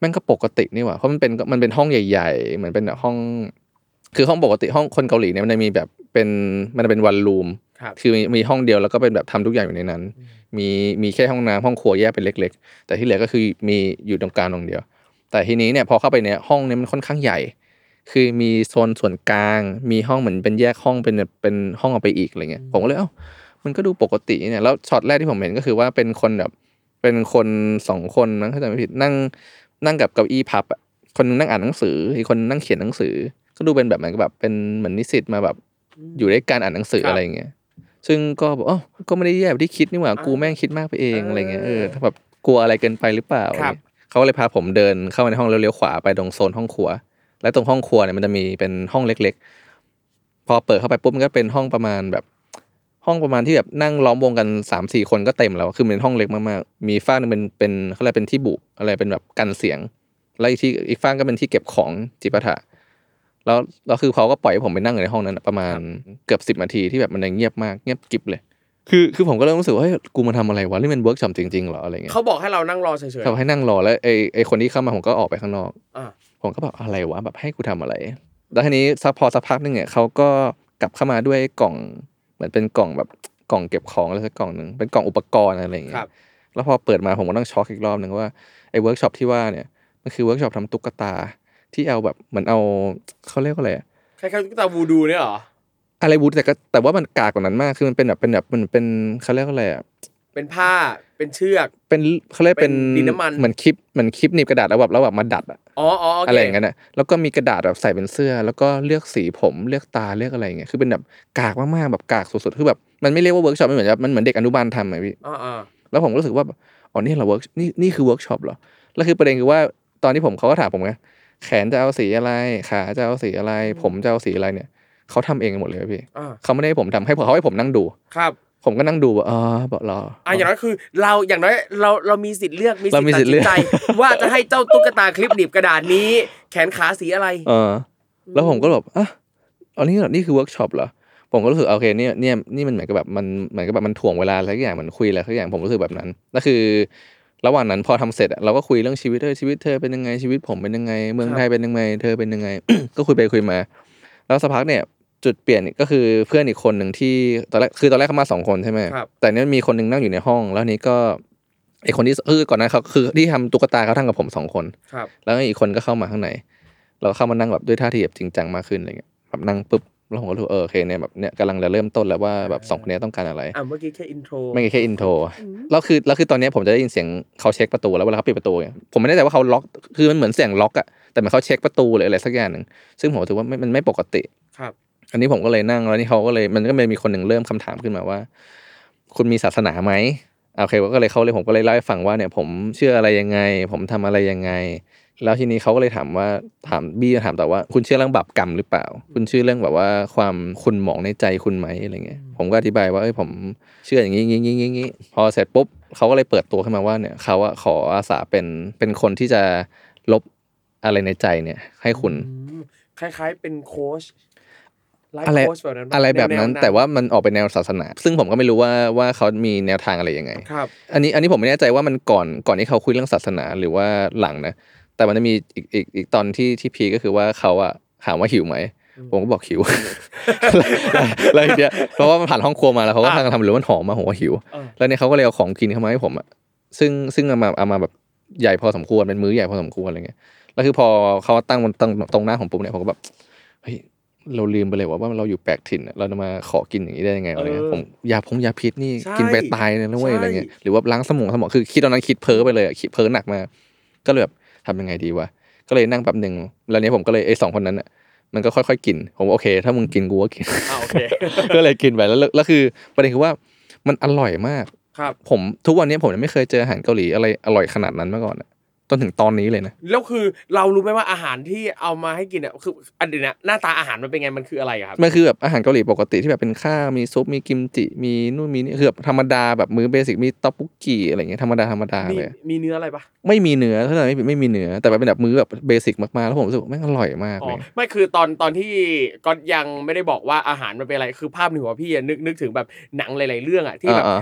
ม่งก็ปกตินี่หว่าเพราะมันเป็นห้องใหญ่ๆเหมือนเป็นห้องคือห้องปกติห้องคนเกาหลีเนี่ยมันจะมีแบบมันเป็นวันรูมคือมีห้องเดียวแล้วก็เป็นแบบทำทุกอย่างอยู่ในนั้นมีแค่ห้องน้ำห้องครัวแยกเป็นเล็กๆแต่ที่เหลือก็คือมีอยู่ตรงกลางตรงเดียวแต่ทีนี้เนี่ยพอเข้าไปเนี่ยห้องเนี่ยมันค่อนข้างใหญ่คือมีโซนส่วนกลางมีห้องเหมือนเป็นแยกห้องเป็นห้องออกไปอีกอะไรเงี้ยผมก็เลยมันก็ดูปกติเนี่ยแล้วช็อตแรกที่ผมเห็นก็คือว่าเป็นคนแบบเป็นคน2คนมั้งถ้าจำไม่ผิดนั่งกับเก้าอี้พับอ่ะคนนึงนั่งอ่านหนังสืออีกคนนั่งเขียนหนังสือก็ดูเป็นแบบเหมือนกับแบบเป็นเหมือนนิสิตมาแบบอยู่ด้วยการอ่านหนังสืออะไรอย่างเงี้ยซึ่งก็บอกก็ไม่ได้แย่แบบที่คิดนี่หว่ากูแม่งคิดมากไปเองอะไรเงี้ยถ้าแบบกลัวอะไรเกินไปหรือเปล่าเขาเลยพาผมเดินเข้ามาในห้องเลี้ยวขวาไปตรงโซนห้องครัวและตรงห้องครัวเนี่ยมันจะมีเป็นห้องเล็กๆพอเปิดเข้าไปปุ๊บมันก็เป็นห้องประมาณที่แบบนั่งล้อมวงกัน 3-4 คนก็เต็มแล้วคือเป็นห้องเล็กมากๆมีฝ้านึงเป็นเค้าเรียกเป็นที่บุอะไรเป็นแบบกันเสียงแล้วอีกฝ้าก็เป็นที่เก็บของจิปาถะแล้วคือเขาก็ปล่อยให้ผมไปนั่งอยู่ในห้องนั้นประมาณเกือบ10 นาทีที่แบบมันเงียบมากเงียบกิ๊บเลยคือผมก็เริ่มรู้สึกว่าเฮ้ยกูมาทำอะไรวะนี่มันเวิร์คช็อปจริงๆเหรออะไรเงี้ยเขาบอกให้เรานั่งรอเฉยๆเขาให้นั่งรอแล้วไอ้คนที่เข้ามาผมก็ออกไปข้างนอกผมก็แบบอะไรวะแบบให้กูทำอะไรแล้วทีนี้สักพักนึงเนี่ยเขาก็กลับเข้ามาด้วยกล่องเหมือนเป็นกล่องแบบกล่องเก็บของอะไรสักกล่องนึงเป็นกล่องอุปกรณ์อะไรอย่างเงี้ยแล้วพอเปิดมาผมก็ต้องช็อกอีกรอบนึงว่าไอ้เวิร์คช็อปที่ว่าเนี่ยมันคือเวิร์คช็อปทำตุ๊กตาที่เอาแบบเหมือนเอาเขาเรียกว่าอะไรคล้ายๆตุ๊กตาวูดูเนี่ยเหรออะไรวูดแต่ว่ามันกากกว่านั้นมากคือมันเป็นแบบมันเป็นเขาเรียกว่าอะไรอ่ะเป็นผ้าเป็นเชือกเป็นเขาเรียกเป็นดินน้ำมันเหมือนคลิปหนีบกระดาษแล้วแบบมาดัดอ่ะอะไรอย่างเงี้ยแล้วก็มีกระดาษแบบใส่เป็นเสื้อแล้วก็เลือกสีผมเลือกตาเลือกอะไรอย่างเงี้ยคือเป็นแบบกากมากๆแบบกากสุดๆคือแบบมันไม่เรียกว่าเวิร์คช็อปมันเหมือนเด็กอนุบาลทำอ่ะพี่แล้วผมก็รู้สึกว่านี่เรานี่คือเวิร์คช็อปเหรอแล้วคือประเด็นคือว่าตอนที่เขาก็ถามผมไงแขนจะเอาสีอะไรขาจะเอาสีอะไรผมจะเอาสีอะไรเนี่ยเขาทำเองหมดเลยพี่เขาไม่ได้ให้ผมทำเขาให้ผมนั่งดูครับผมก็นั่งดูว่าบอกรออย่างน้อยคืออย่างน้อยเรามีสิทธิ์เลือกมีสิทธิ์ตัดสินใจว่าจะให้เจ้าตุ๊กตาคลิปหนีบกระดาษนี้แขนขาสีอะไรแล้วผมก็แบบนี่คือเวิร์คช็อปเหรอผมก็รู้สึกโอเคนี่มันเหมือนกับแบบมันถ่วงเวลาอะไรสักอย่างเหมือนคุยอะไรสักอย่างผมรู้สึกแบบนั้นนั่นคือระหว่างนั้นพอทำเสร็จเราก็คุยเรื่องชีวิตเธอเป็นยังไงชีวิตผมเป็นยังไงเมืองไทยเป็นยังไงเธอเป็นยังไง ก็คุยไปคุยมาแล้วสักพักเนี่ยจุดเปลี่ยนก็คือเพื่อนอีกคนหนึ่งที่ตอนแรกเขามา2 คนใช่ไหมแต่เนี้ยมีคนนึงนั่งอยู่ในห้องแล้วนี้ก็ไอคนที่คือก่อนนั้นเขาคือที่ทำตุ๊กตาเขาทำกับผม2 คนแล้วอีกคนก็เข้ามาข้างในเราเข้ามานั่งแบบด้วยท่าทีแบบจริงจังมากขึ้นอะไรเงี้ยแบบนั่งปุ๊บแล้วผมก็รู้โอเคเนี่ยแบบเนี่ยกำลังจะเริ่มต้นแล้วว่าแบบ2 คนนี้ต้องการอะไรเมื่อกี้แค่อินโทรไม่แค่อินโทรแล้วคือตอนนี้ผมจะได้ยินเสียงเขาเช็คประตูแล้วเวลาเขาปิดประตูผมไม่แน่ใจว่าเขาล็อกคือมันเหมือนเสียงล็อกอะแต่เหมือนเขาเช็คประตูหรืออะไรสักอย่างนึงซึ่งผมรู้สึกว่ามันไม่ปกติครับอันนี้ผมก็เลยนั่งแล้วนี่เขาก็เลยมันก็มีคนหนึ่งเริ่มคำถามขึ้นมาว่าคุณมีศาสนาไหมโอเคก็เลยผมก็เลยเล่าให้ฟังว่าเนี่ยผมเชื่ออะไรยังไงผมทำอะไรยังไงแล้วทีนี้เขาก็เลยถามต่อว่าคุณเชื่อเรื่องบาปกรรมหรือเปล่าคุณเชื่อเรื่องแบบว่าความขุ่นหมองในใจคุณไหมอะไรเงี้ยผมก็อธิบายว่าผมเชื่ออย่างนี้พอเสร็จปุ๊บเขาก็เลยเปิดตัวขึ้นมาว่าเนี่ยเขาขออาสาเป็นคนที่จะลบอะไรในใจเนี่ยให้คุณคล้ายๆเป็นโค้ชอะไรแบบนั้นแต่ว่ามันออกเป็นแนวศาสนาซึ่งผมก็ไม่รู้ว่าเขามีแนวทางอะไรยังไงอันนี้ผมไม่แน่ใจว่ามันก่อนที่เขาคุยเรื่องศาสนาหรือว่าหลังนะแต่มันจะมีอีกตอนที่พีก็คือว่าเขาถามว่าหิวไหมผมก็บอกหิวแล้วเนี่ยเพราะว่ามันผ่านห้องครัวมาแล้วเขาก็ทำหรือมันหอมมาผมก็หิวแล้วเนี่ยเขาก็เลยเอาของกินเข้ามาให้ผมซึ่งเอามาแบบใหญ่พอสมควรเป็นมื้อใหญ่พอสมควรอะไรเงี้ยแล้วคือพอเขาตั้งตรงหน้าผมปุ๊บเนี่ยผมก็แบบเฮ้ยเราลืมไปเลยว่าเราอยู่แปลกถิ่นเราจะมาขอกินอย่างนี้ได้ยังไงอะไรเงี้ยผมยาพิษนี่กินไปตายเลยนะเว้ยอะไรเงี้ยหรือว่าล้างสมองคือคิดตอนนั้นคิดเพ้อไปเลยคิดเพ้อหนักมากก็เลยแบบทำยังไงดีวะก็เลยนั่งแป๊บนึงแล้วนี้ผมก็เลยไอ้2 คนนั้นน่ะมันก็ค่อยๆกินผมโอเคถ้ามึงกินกูก็กินโอเคก็เลยกินไปแล้วคือประเด็นคือว่ามันอร่อยมากผมทุกวันนี้ผมยังไม่เคยเจออาหารเกาหลีอะไรอร่อยขนาดนั้นมาก่อนจนถึงตอนนี้เลยนะแล้วคือเรารู้ไหมว่าอาหารที่เอามาให้กินคืออันนี้นะหน้าตาอาหารมันเป็นไงมันคืออะไรครับมันคือแบบอาหารเกาหลีปกติที่แบบเป็นข้าวมีซุปมีกิมจิมีนู่นมีนี่คือแบบธรรมดาแบบมื้อเบสิกมีต๊อกบุกกี้อะไรเงี้ยธรรมดาเลยมีเนื้ออะไรปะไม่มีเนื้อเท่าไหร่ไม่มีเนื้อแต่เป็นแบบมื้อแบบเบสิกมากๆแล้วผมรู้สึกว่าแม่งอร่อยมากเลยไม่คือตอนที่ก็ยังไม่ได้บอกว่าอาหารมันเป็นอะไรคือภาพในหัวพี่นึกถึงแบบหนังหลายๆเรื่องที่แบบ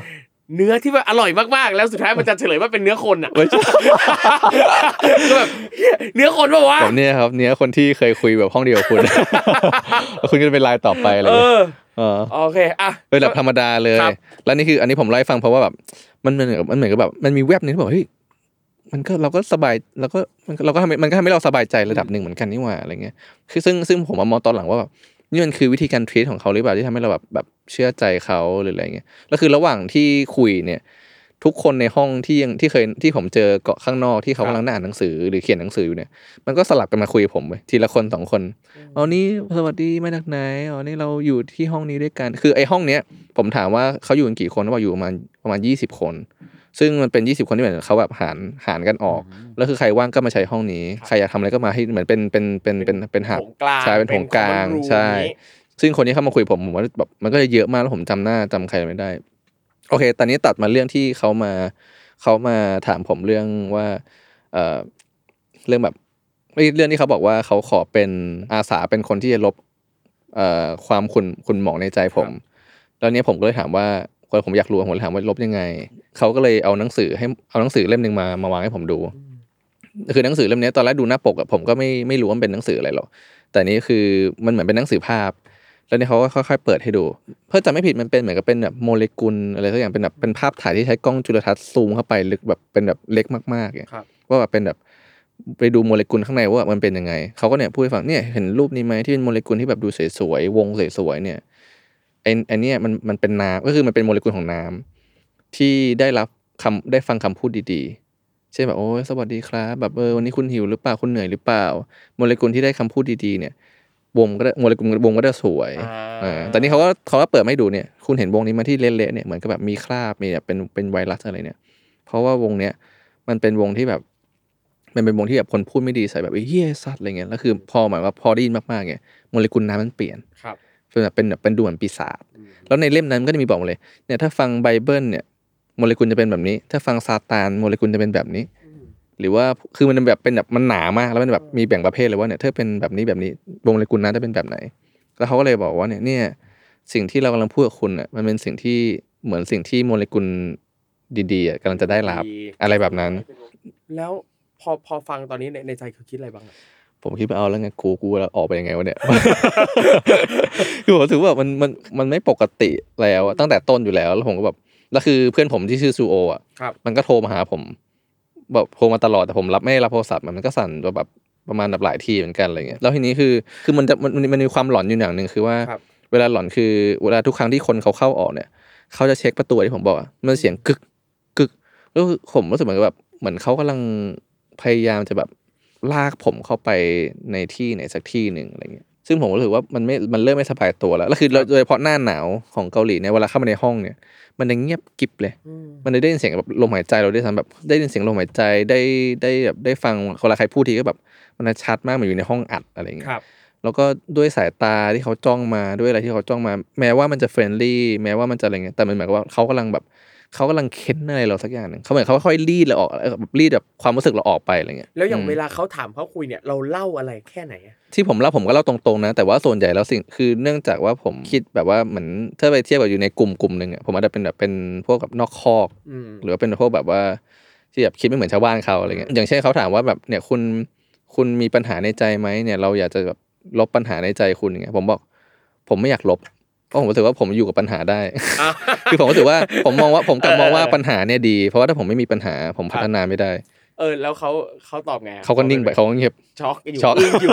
เนื้อที่แบบอร่อยมากๆแล้วสุดท้ายมันจะเฉลยว่าเป็นเนื้อคนอ่ะก็แบบเนื้อคนป่ะวะแบบนี้ครับเนื้อคนที่เคยคุยแบบห้องเดียวกับคุณคุณก็จะเป็นไลน์ต่อไปอะไรโอเคอ่ะแบบธรรมดาเลยแล้วนี่คืออันนี้ผมไล่ฟังเพราะว่าแบบมันเหมือนกับแบบมันมีแวบนึงที่บอกเฮ้ยมันก็เราก็สบายแล้วก็เราก็ทำมันก็ทำให้เราสบายใจระดับหนึ่งเหมือนกันนี่หว่าอะไรเงี้ยคือซึ่งผมมองตอนหลังว่าแบบนี่มันคือวิธีการทรีตของเขาหรือเปล่าที่ทำให้เราแบบเชื่อใจเขาหรืออะไรเงี้ยแล้วคือระหว่างที่คุยเนี่ยทุกคนในห้องที่ผมเจอเกาะข้างนอกที่เขากำลังอ่านหนังสือหรือเขียนหนังสืออยู่เนี่ยมันก็สลับกันมาคุยกับผมเว้ยทีละคน2คนนี่สวัสดีมาจากไหนนี่เราอยู่ที่ห้องนี้ด้วยกันคือไอ้ห้องเนี้ยผมถามว่าเขาอยู่กันกี่คนเขาบอกอยู่ประมาณ20คนซึ่งมันเป็น20คนที่เหมือนเขาแบบหารกันออกแล้วคือใครว่างก็มาใช้ห้องนี้ใครอยากทำอะไรก็มาให้เหมือนเป็นหับใช่เป็นโถงกลางใช่ซึ่งคนที่เข้ามาคุยผมว่าแบบมันก็จะเยอะมากแล้วผมจำหน้าจำใครไม่ได้โอเคตอนนี้ตัดมาเรื่องที่เขามาถามผมเรื่องว่าเรื่องแบบเรื่องที่เขาบอกว่าเขาขอเป็นอาสาเป็นคนที่จะลบความขุ่นหมองในใจผมแล้วเนี้ยผมก็เลยถามว่าผมอยากรู้ผมเลยถามว่าลบยังไงเขาก็เลยเอาหนังสือเล่มนึงมาวางให้ผมดูคือหนังสือเล่มนี้ตอนแรกดูหน้าปกผมก็ไม่รู้ว่าเป็นหนังสืออะไรหรอกแต่นี้คือมันเหมือนเป็นหนังสือภาพแล้วนี่เขาก็ค่อยๆเปิดให้ดูเพื่อจะไม่ผิดมันเป็นเหมือนกับเป็นแบบโมเลกุลอะไรสักอย่างเป็นแบบเป็นภาพถ่ายที่ใช้กล้องจุลทรรศน์ซูมเข้าไปลึกแบบเป็นแบบเล็กมากๆเนี่ยว่าแบบเป็นแบบไปดูโมเลกุลข้างในว่ามันเป็นยังไงเขาก็เนี่ยพูดให้ฟังเนี่ยเห็นรูปนี้ไหมที่เป็นโมเลกุลที่แบบดูสวยๆวงสวยๆเนี่ยไอ้เนี่ยมันเป็นน้ำก็คือมันเป็นโมเลกุลของน้ำที่ได้ฟังคำพูดดีๆเช่นแบบโอ้สวัสดีครับแบบวันนี้คุณหิวหรือเปล่าคุณเหนื่อยหรือเปล่าโมเลกุลที่ได้คำพูดดีๆเนี่ยวงก็ได้โมเลกุลวงก็ได้สวยแต่นี่เขาก็เปิดให้ดูเนี่ยคุณเห็นวงนี้มาที่เละๆเนี่ยเหมือนกับแบบมีคราบมีแบบเป็นไวรัสอะไรเนี่ยเพราะว่าวงเนี้ยมันเป็นวงที่แบบมันเป็นวงที่แบบคนพูดไม่ดีใส่แบบเฮี้ยสัตว์อะไรเงี้ยแล้วคือพอหมายว่าพอได้ยินมากๆเนี่ยโมเลกุลน้ำมันเปลี่ยนเป็นดูเหมือนปีศาจแล้วในเล่มนั้นก็จะมีบอกเลยเนี่ยถ้าฟังไบเบิลเนี่ยโมเลกุลจะเป็นแบบนี้ถ้าฟังซาตานโมเลกุลจะเป็นแบบนี้หรือว่าคือมันแบบเป็นแบบมันหนามากแล้วมันแบบมีแบ่งประเภทเลยว่าเนี่ยถ้าเป็นแบบนี้วงโมเลกุลนั้นจะเป็นแบบไหนแล้วเขาก็เลยบอกว่าเนี่ยสิ่งที่เรากำลังพูดกับคุณอ่ะมันเป็นสิ่งที่เหมือนสิ่งที่โมเลกุลดีๆกำลังจะได้รับอะไรแบบนั้นแล้วพอฟังตอนนี้ในใจคือคิดอะไรบ้างผมคิดว่าเอาแล้วไงกูแล้วออกไปยังไงวะเนี่ย คือผมถือว่ามันไม่ปกติแล้วตั้งแต่ต้นอยู่แล้วผมก็แบบแล้วคือเพื่อนผมที่ชื่อซูโออ่ะมันก็โทรมาหาผมแบบโทรมาตลอดแต่ผมไม่รับโทรศัพท์มันก็สั่นแบบประมาณแบบหลายทีเหมือนกันอะไรเงี้ยแล้วทีนี้คือมันมีความหลอนอยู่อย่างนึงคือว่าเวลาหลอนคือเวลาทุกครั้งที่คนเขาเข้าออกเนี่ยเขาจะเช็คประตูที่ผมบอกมันเสียงกึกแล้วผมรู้สึกเหมือนแบบเหมือนเขากำลังพยายามจะแบบลากผมเข้าไปในที่ไหนสักที่นึงอะไรเงี้ยซึ่งผมรู้สึกว่ามันเริ่มไม่สบายตัวแล้วคือโดยเฉพาะหน้าหนาวของเกาหลีเนี่ยเวลาเข้ามาในห้องเนี่ยมันจะเงียบกิ๊บเลยมันได้ยินเสียงแบบลมหายใจเราได้แบบได้ยินเสียงลมหายใจได้แบบได้ฟังเวลาใครพูดทีก็แบบมันชัดมากเหมือนอยู่ในห้องอัดอะไรเงี้ยแล้วก็ด้วยสายตาที่เขาจ้องมาด้วยอะไรที่เขาจ้องมาแม้ว่ามันจะเฟรนลี่แม้ว่ามันจะอะไรเงี้ยแต่มันเหมือนกับว่าเขากำลังเค้นอะไรเราสักอย่างนึงเขาเหมือนเขาค่อยรีดเราออกแบบรีดแบบความรู้สึกเราออกไปอะไรเงี้ยแล้วอย่างเวลาเขาถามเขาคุยเนี่ยเราเล่าอะไรแค่ไหนที่ผมก็เล่าตรงๆนะแต่ว่าส่วนใหญ่แล้วสิ่งคือเนื่องจากว่าผมคิดแบบว่าเหมือนถ้าไปเทียบกับอยู่ในกลุ่มนึงอ่ะผมอาจจะเป็นแบบเป็นพวกแบบนอกคอกหรือว่าเป็นพวกแบบว่าที่แบบคิดไม่เหมือนชาวบ้านเขาอะไรเงี้ยอย่างเช่นเขาถามว่าแบบเนี่ยคุณมีปัญหาในใจไหมเนี่ยเราอยากจะแบบลบปัญหาในใจคุณอย่างเงี้ยผมบอกผมไม่อยากลบเพราะผมรู้สึกว่าผมอยู่กับปัญหาได้ คือผมรู้สึกว่าผมมองว่าปัญหาเนี่ยดีเพราะว่าถ้าผมไม่มีปัญหาผมพัฒนาไม่ได้แล้วเขาตอบไงเขาก็นิ่งไปเขาก็เงียบช็อกอยู่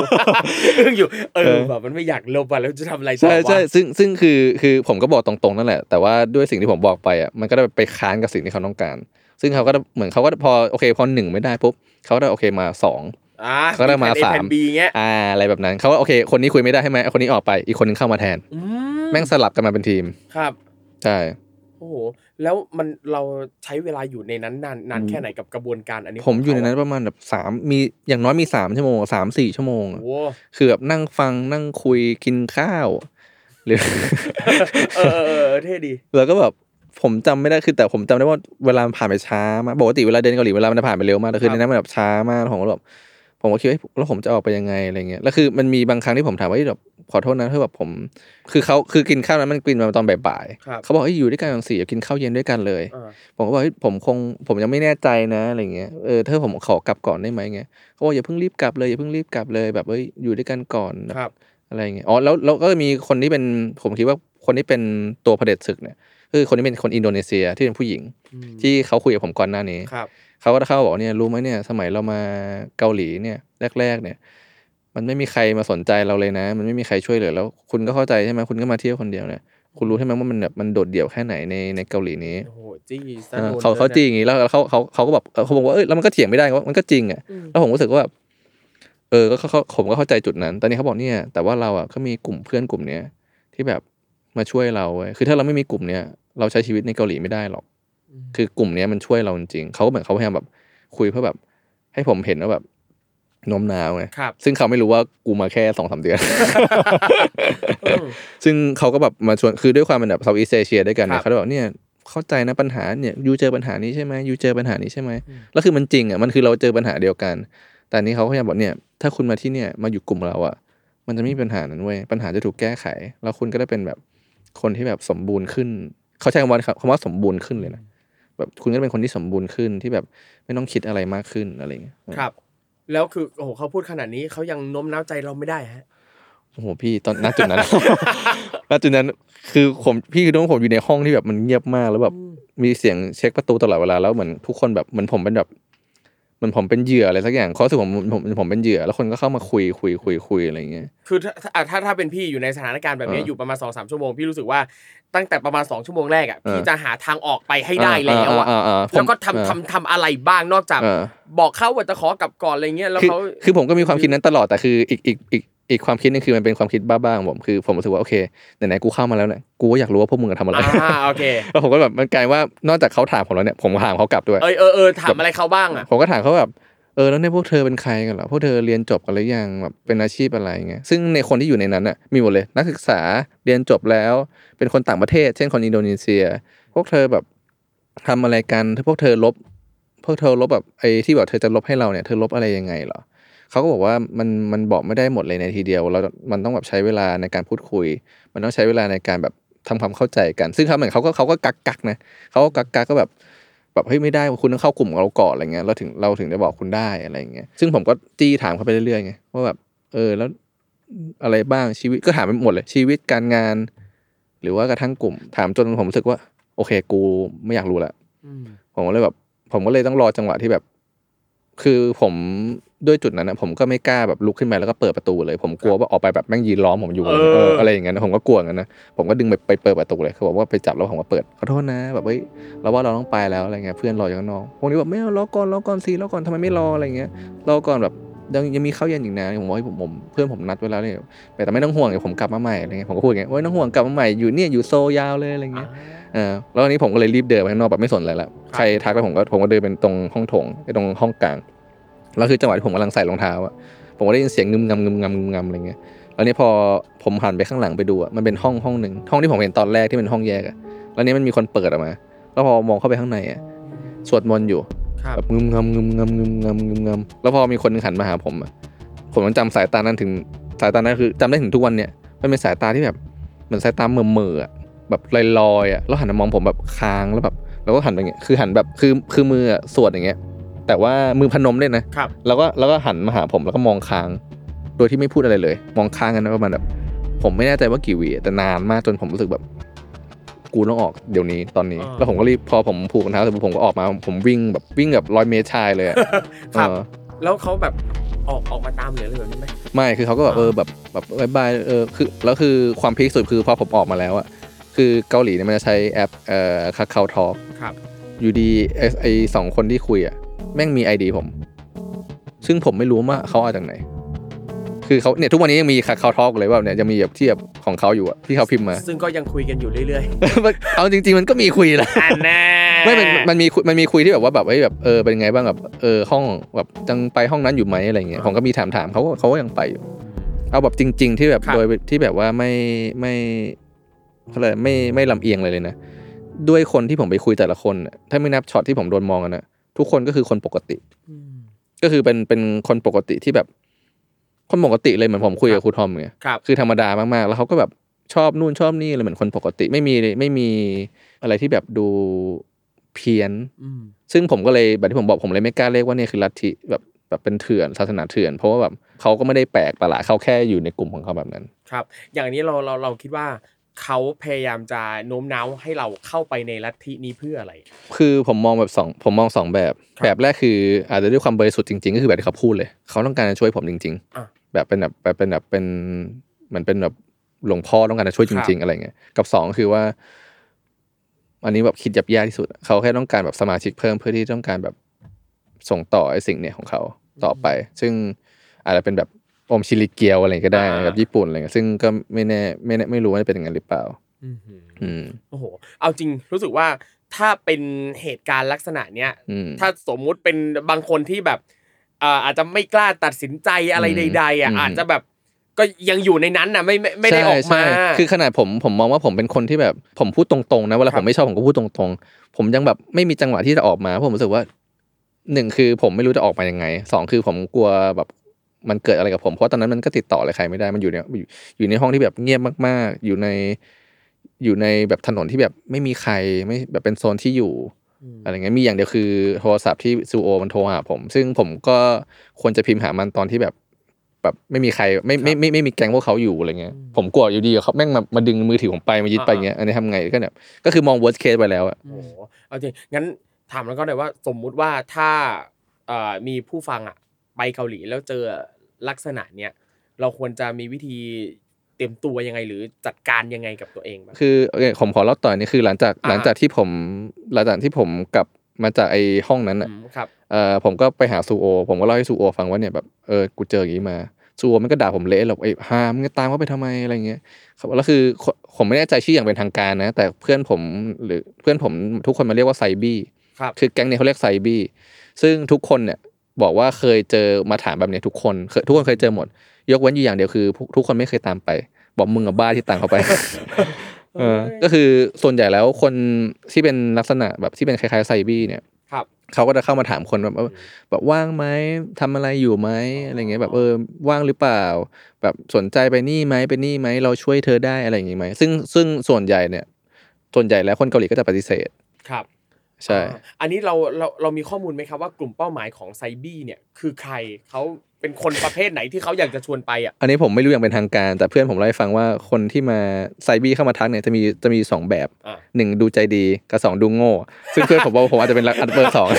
แบบมันไม่อยากลบอ่ะแล้วจะทำอะไรต่อวะใช่ซึ่งคือผมก็บอกตรงๆนั่นแหละแต่ว่าด้วยสิ่งที่ผมบอกไปอ่ะมันก็ได้ไปค้านกับสิ่งที่เขาต้องการซึ่งเขาก็เหมือนเขาก็พอโอเคพอ1ไม่ได้ปุ๊บเขาได้โอเคมา2เขาได้มา3อะไรแบบนั้นเขาว่าโอเคคนนี้คุยไม่ได้ให้ไหมคนนี้ออกไปอีกคนนึงเข้ามาแทนแม่งสลับกันมาเป็นทีมครับใช่โอ้โหแล้วเราใช้เวลาอยู่ในนั้นนานแค่ไหนกับกระบวนการอันนี้ผมอยู่ในนั้นประมาณแบบ3มีอย่างน้อยมี3ชั่วโมง 3-4 ชั่วโมงคือแบบนั่งฟังนั่งคุยกินข้าวหรือเท่ดีแล้วก็แบบผมจำไม่ได้คือแต่ผมจำได้ว่าเวลาผ่านไปช้ามากปกติเวลาเดินเกาหลีเวลามันจะผ่านไปเร็วมากแต่คือในนั้นมันแบบช้ามากผมก็แบบผมก็คิดว่าแล้วผมจะออกไปยังไงอะไรเงี้ยแล้วคือมันมีบางครั้งที่ผมถามว่าแบบขอโทษนะถ้าแบบผมคือกินข้าวนั้นมันกินมาตอนบ่ายๆเขาบอกอยู่ด้วยกัน4กินข้าวเย็นด้วยกันเลยผมก็บอกผมยังไม่แน่ใจนะอะไรเงี้ยถ้าผมขอกลับก่อนได้ไหมเงี้ยเขาบอกอย่าเพิ่งรีบกลับเลยแบบอยู่ด้วยกันก่อนอะไรเงี้ยแล้วก็มีคนที่เป็นผมคิดว่าคนที่เป็นตัวเผด็จศึกเนี่ยคือคนที่เป็นคนอินโดนีเซียที่เป็นผู้หญิงที่เขาคุยกับผมก่อนหน้านี้เขาก็บอกเนี่ยรู้ไหมเนี่ยสมัยเรามาเกาหลีเนี่ยแรกๆเนี่ยมันไม่มีใครมาสนใจเราเลยนะมันไม่มีใครช่วยเหลือแล้วคุณก็เข้าใจใช่ไหมคุณก็มาเที่ยวคนเดียวเนี่ยคุณรู้ใช่ไหมว่ามันแบบมันโดดเดี่ยวแค่ไหนในเกาหลีนี้โอ้โหจี้เขาจี้อย่างนี้แล้วเขาก็แบบเขาบอกว่าแล้วมันก็เถียงไม่ได้ว่ามันก็จริงอ่ะแล้วผมรู้สึกว่าก็ผมก็เข้าใจจุดนั้นตอนนี้เขาบอกเนี่ยแต่ว่าเราอ่ะก็มีกลุ่มเพื่อนกลุ่มเนี้ยที่แบบมาช่วยเราเว้ยคือถ้าเราไม่มีกลุ่มเนี้ยเราใช้ชีวิตในเกาหลีไม่ได้หรอกคือกลุ่มนี้มันช่วยเราจริงๆเขาเหมือนเขาพยายามแบบคุยเพื่อแบบให้ผมเห็นว่าแบบโน้มน้าวไงซึ่งเขาไม่รู้ว่ากูมาแค่ 2-3 เดือน ซึ่งเขาก็แบบมาชวนคือด้วยความเป็นแบบเซาท์อีสต์เอเชียด้วยกันเนี่ยเขาบอกเนี่ยเข้าใจนะปัญหาเนี่ยยูเจอปัญหานี้ใช่ไหมยูเจอปัญหานี้ใช่ไหมแล้วคือมันจริงอ่ะมันคือเราเจอปัญหาเดียวกันแต่นี้เขาพยายามบอกเนี่ยถ้าคุณมาที่เนี่ยมาอยู่กลุ่มเราอ่ะมันจะไม่มีปัญหานั้นเว้ยปัญหาจะถูกแก้ไขแล้วคุณก็ได้เป็นแบบคนที่แบบสมบูรณ์ขึ้นเขาใช้คำว่าสมบูรณ์ขึ้นเลยนะแบบคุณก็เป็นคนที่สมบูรณ์ขึ้นที่แบบไม่ต้องคิดอะไรมากขึ้นอะไรอย่างเงี้ยครับแล้วคือโอ้โหเขาพูดขนาดนี้เขายังโน้มน้าวใจเราไม่ได้ฮะโอ้โหพี่ตอนณจุดนั้น ณจุดนั้นคือพี่คือต้องผมอยู่ในห้องที่แบบมันเงียบมากแล้วแบบมีเสียงเช็คประตูตลอดเวลาแล้วเหมือนทุกคนแบบเหมือนผมเป็นแบบเหมือนผมเป็นเหยื่ออะไรสักอย่างเขาสึกผมเป็นเหยื่อแล้วคนก็เข้ามาคุยอะไรอย่างเงี้ยคือถ้าเป็นพี่อยู่ในสถานการณ์แบบนี้อยู่ประมาณ 2-3 ชั่วโมงพี่รู้สึกว่าตั้งแต่ประมาณ2ชั่วโมงแรกอ่ะพี่จะหาทางออกไปให้ได้แล้วอ่ะแล้วก็ทำอะไรบ้างนอกจากบอกเขาว่าจะขอกลับก่อนอะไรเงี้ยแล้วเขาคือผมก็มีความคิดนั้นตลอดแต่คืออีกความคิดนึงคือมันเป็นความคิดบ้าๆของผมคือผมรู้สึกว่าโอเคไหนๆกูเข้ามาแล้วเนี่ยกูก็อยากรู้ว่าพวกมึงทำอะไรโอเคแล้วผมก็แบบมันกลายว่านอกจากเขาถามผมแล้วเนี่ยผมถามเขากลับด้วยถามอะไรเขาบ้างอ่ะผมก็ถามเขาแบบแล้วเนี่ยพวกเธอเป็นใครกันเหรอพวกเธอเรียนจบกันหรือยังแบบเป็นอาชีพอะไรเงี้ยซึ่งในคนที่อยู่ในนั้นน่ะมีหมดเลยนักศึกษาเรียนจบแล้วเป็นคนต่างประเทศเช่นคนอินโดนีเซียพวกเธอแบบทำอะไรกันถ้าพวกเธอลบแบบไอ้ที่บอกเธอจะลบให้เราเนี่ยเธอลบอะไรยังไงเหรอเขาก็บอกว่ามันบอกไม่ได้หมดเลยในทีเดียวแล้วมันต้องแบบใช้เวลาในการพูดคุยมันต้องใช้เวลาในการแบบทำความเข้าใจกันซึ่งเขาเหมือนเขาก็กักนะเขาก็กักก็แบบเฮ้ยไม่ได้คุณต้องเข้ากลุ่มของเราก่อนอะไรเงี้ยเราถึงจะบอกคุณได้อะไรเงี้ยซึ่งผมก็จี้ถามเขาไปเรื่อยๆไงว่าแบบแล้วอะไรบ้างชีวิตก็ถามไปหมดเลยชีวิตการงานหรือว่ากระทั่งกลุ่มถามจนผมรู้สึกว่าโอเคกูไม่อยากรู้ละผมก็เลยต้องรอจังหวะที่แบบคือผมด้วยจุดนั้นนะผมก็ไม่กล้าแบบลุกขึ้นมาแล้วก็เปิดประตูเลยผมกลัวว่าออกไปแบบแม่งยืนล้อมผมอยู่อะไรอย่างเงี้ยผมก็กลัวงั้นนะผมก็ดึงไปเปิดประตูเลยเขาบอกว่าไปจับแล้วผมก็เปิดขอโทษนะแบบเฮ้ยเราว่าเราต้องไปแล้วอะไรเงี้ยเพื่อนรออยู่ข้างนอกพวกนี้แบบไม่เอารอก่อนสิรอก่อนทำไมไม่รออะไรเงี้ยรอก่อนแบบยังมีข้าวเย็นอีกนะผมบอกให้ผมเพื่อนผมนัดไว้แล้วเนี่ยแต่ไม่ต้องห่วงเดี๋ยวผมกลับมาใหม่อะไรเงี้ยผมก็พูดอย่างเงี้ยไม่ต้องห่วงกลับมาใหม่อยู่โซยาวเลยอะไรเงี้ยแล้วอันนี้ผมก็เลยรีบเดินไปข้างนอกแบบไม่สนอะไรแล้วใครทักไปผมก็เดินเป็นตรงห้องโถงไปตรงห้องกลางแล้วคือจังหวะที่ผมกำลังใส่รองเท้าอ่ะผมก็ได้ยินเสียงงึมงำอะไรเงี้ยแล้วนี่พอผมหันไปข้างหลังไปดูอ่ะมันเป็นห้องนึงห้องที่ผมเห็นตอนแรกที่เป็นห้องแยกอ่ะแล้วนี่มันมีคนเปิดออกมาแล้วพอมองเข้าไปข้างในอ่ะสวดมนต์อยู่แบบงึมงำแล้วพอมีคนนึงหันมาหาผมอ่ะผมจำสายตานั้นคือจำได้ถึงทุกวันเนี่ยมันเป็นสายตาที่แบบเหมือนสายตาเมื่ออ่ะแบบลอยๆอ่ะแล้วหันมามองผมแบบค้างแล้วแบบแล้วก็หันไปอย่างเงี้ยคือหันแบบคือมือสวดอย่างเงี้ยแต่ว่ามือพนมด้วยนะแล้วก็หันมาหาผมแล้วก็มองค้างโดยที่ไม่พูดอะไรเลยมองค้างกันประมาณแบบผมไม่แน่ใจว่ากี่วิแต่นานมากจนผมรู้สึกแบบกูต้องออกเดี๋ยวนี้ตอนนี้แล้วผมก็รีบพอผมผูกรองเท้าเสร็จผมก็ออกมาผมวิ่งแบบ100 เมตรชายเลยครับแล้วเขาแบบออกมาตามเหลือแบบนี้ไหมไม่คือเขาก็แบบแบบบายคือแล้วคือความพีคสุดคือพอผมออกมาแล้วอะคือเกาหลีเนี่ยมันจะใช้แอปKakao Talk ครับอยู่ดีไอ้2คนที่คุยอะแม่งมี ID ผมซึ่งผมไม่รู้ว่าเขาเอาจากไหนคือเขาเนี่ยทุกวันนี้ยังมีKakao Talkเลยว่าเนี่ยจะมีแบบที่แบบของเขาอยู่อะที่เขาพิมพ์มาซึ่งก็ยังคุยกันอยู่เรื่อยๆเอาจริงๆมันก็มีคุยแหละไม่มันมีคุยที่แบบว่าแบบแบบเป็นไงบ้างแบบห้องแบบยังไปห้องนั้นอยู่ไหมอะไรเงี้ยผมก็มีถามเขาก็ยังไปอยู่เอาแบบจริงๆที่แบบโดยที่แบบว่าไม่เขาเลยไม่ลำเอียงเลยนะด้วยคนที่ผมไปคุยแต่ละคนถ้าไม่นับช็อตที่ผมโดนมองกันนะทุกคนก็คือคนปกติก็คือเป็นคนปกติที่แบบคนปกติเลยเหมือนผมคุยกับครูทอมเนี่ยคือธรรมดามากๆแล้วเขาก็แบบชอบนู่นชอบนี่เลยเหมือนคนปกติไม่มีอะไรที่แบบดูเพี้ยนซึ่งผมก็เลยแบบที่ผมบอกผมเลยไม่กล้าเรียกว่านี่คือลัทธิแบบเป็นเถื่อนศาสนาเถื่อนเพราะว่าแบบเขาก็ไม่ได้แปลกประหลาดเขาแค่อยู่ในกลุ่มของเขาแบบนั้นครับอย่างนี้เราคิดว่าเขาพยายามจะโน้มน้าวให้เราเข้าไปในลัทธินี้เพื่ออะไรคือผมมองสองแบบแรกคืออาจจะด้วยความบริสุทธิ์จริงๆก็คือแบบที่เขาพูดเลยเขาต้องการจะช่วยผมจริงๆแบบเป็นเหมือนเป็นแบบหลวงพ่อต้องการจะช่วยจริงๆอะไรเงี้ยกับสองคือว่าอันนี้แบบคิดยับยั้งที่สุดเขาแค่ต้องการแบบสมาชิกเพิ่มเพื่อที่ต้องการแบบส่งต่อไอ้สิ่งเนี่ยของเขาต่อไปซึ่งอาจจะเป็นแบบอมชิลิเกียวอะไรก็ได้แบบญี่ปุ่นอะไรเงี้ยซึ่งก็ไม่รู้ว่าจะเป็นอย่างนั้นหรือเปล่าโอ้โหเอาจริงรู้สึกว่าถ้าเป็นเหตุการณ์ลักษณะเนี้ยถ้าสมมุติเป็นบางคนที่แบบอาจจะไม่กล้าตัดสินใจอะไรใดๆอาจจะแบบก็ยังอยู่ในนั้นน่ะไม่ได้ออกมาคือขนาดผมมองว่าผมเป็นคนที่แบบผมพูดตรงๆนะเวลาผมไม่ชอบผมก็พูดตรงๆผมยังแบบไม่มีจังหวะที่จะออกมาเพราะผมรู้สึกว่า1คือผมไม่รู้จะออกมายังไง2คือผมกลัวแบบมันเกิดอะไรกับผมเพราะตอนนั้นมันก็ติดต่ออะไรใครไม่ได้มันอยู่ในห้องที่แบบเงียบมากๆอยู่ในแบบถนนที่แบบไม่มีใครไม่แบบเป็นโซนที่อยู่อะไรเงี้ยมีอย่างเดียวคือโทรศัพท์ที่ซูโอมันโทรหาผมซึ่งผมก็ควรจะพิมพ์หามันตอนที่แบบไม่มีใครไม่มีแก๊งพวกเขาอยู่อะไรเงี้ยผมกลัวอยู่ดีเขาแม่งมาดึงมือถือผมไปมายึดไปเงี้ยอันนี้ทำไงก็แบบก็คือมอง worst case ไปแล้วอ่ะโอ้เอาจริงงั้นถามแล้วก็หน่อยว่าสมมุติว่าถ้ามีผู้ฟังอ่ะไปเกาหลีแล้วเจอลักษณะเนี้ยเราควรจะมีวิธีเตรียมตัวยังไงหรือจัดการยังไงกับตัวเองบ้างคือผมขอเล่าต่อนี่คือหลังจากที่ผมกลับมาจากไอ้ห้องนั้นอ่ะผมก็ไปหาซูโอผมก็เล่าให้ซูโอฟังว่าเนี่ยแบบกูเจออย่างนี้มาซูโอมันก็ด่าผมเละหรอกไอ้ฮามึงจะตามเขาไปทำไมอะไรเงี้ยแล้วคือผมไม่แน่ใจชื่ออย่างเป็นทางการนะแต่เพื่อนผมหรือเพื่อนผมทุกคนมาเรียกว่าไซบี้คือแก๊งเนี่ยเขาเรียกไซบี้ซึ่งทุกคนเนี่ยบอกว่าเคยเจอมาถามแบบนี้ทุกคนเคยเจอหมดยกเว้นอยู่อย่างเดียวคือทุกคนไม่เคยตามไปบอกมึงกับบ้าที่ตามเขาไปก็คือส่วนใหญ่แล้วคนที่เป็นลักษณะแบบที่เป็นคล้ายๆไซบี้เนี่ยเขาก็จะเข้ามาถามคนแบบว่างไหมทำอะไรอยู่ไหมอะไรเงี้ยแบบว่างหรือเปล่าแบบสนใจไปนี่ไหมเราช่วยเธอได้อะไรอย่างงี้ไหมซึ่งส่วนใหญ่แล้วคนเกาหลีก็จะปฏิเสธครับใช่อันนี้เรามีข้อมูลไหมครับว่ากลุ่มเป้าหมายของไซบี้เนี่ยคือใครเขาเป็นคนประเภทไหนที่เขาอยากจะชวนไปอ่ะอันนี้ผมไม่รู้อย่างเป็นทางการแต่เพื่อนผมเล่าให้ฟังว่าคนที่มาไซบี้เข้ามาทักเนี่ยจะมี2แบบ1ดูใจดีกับ2ดูโง่ซึ่งเพื่อนผมบอกว่าผมอาจจะเป็นเบอร์2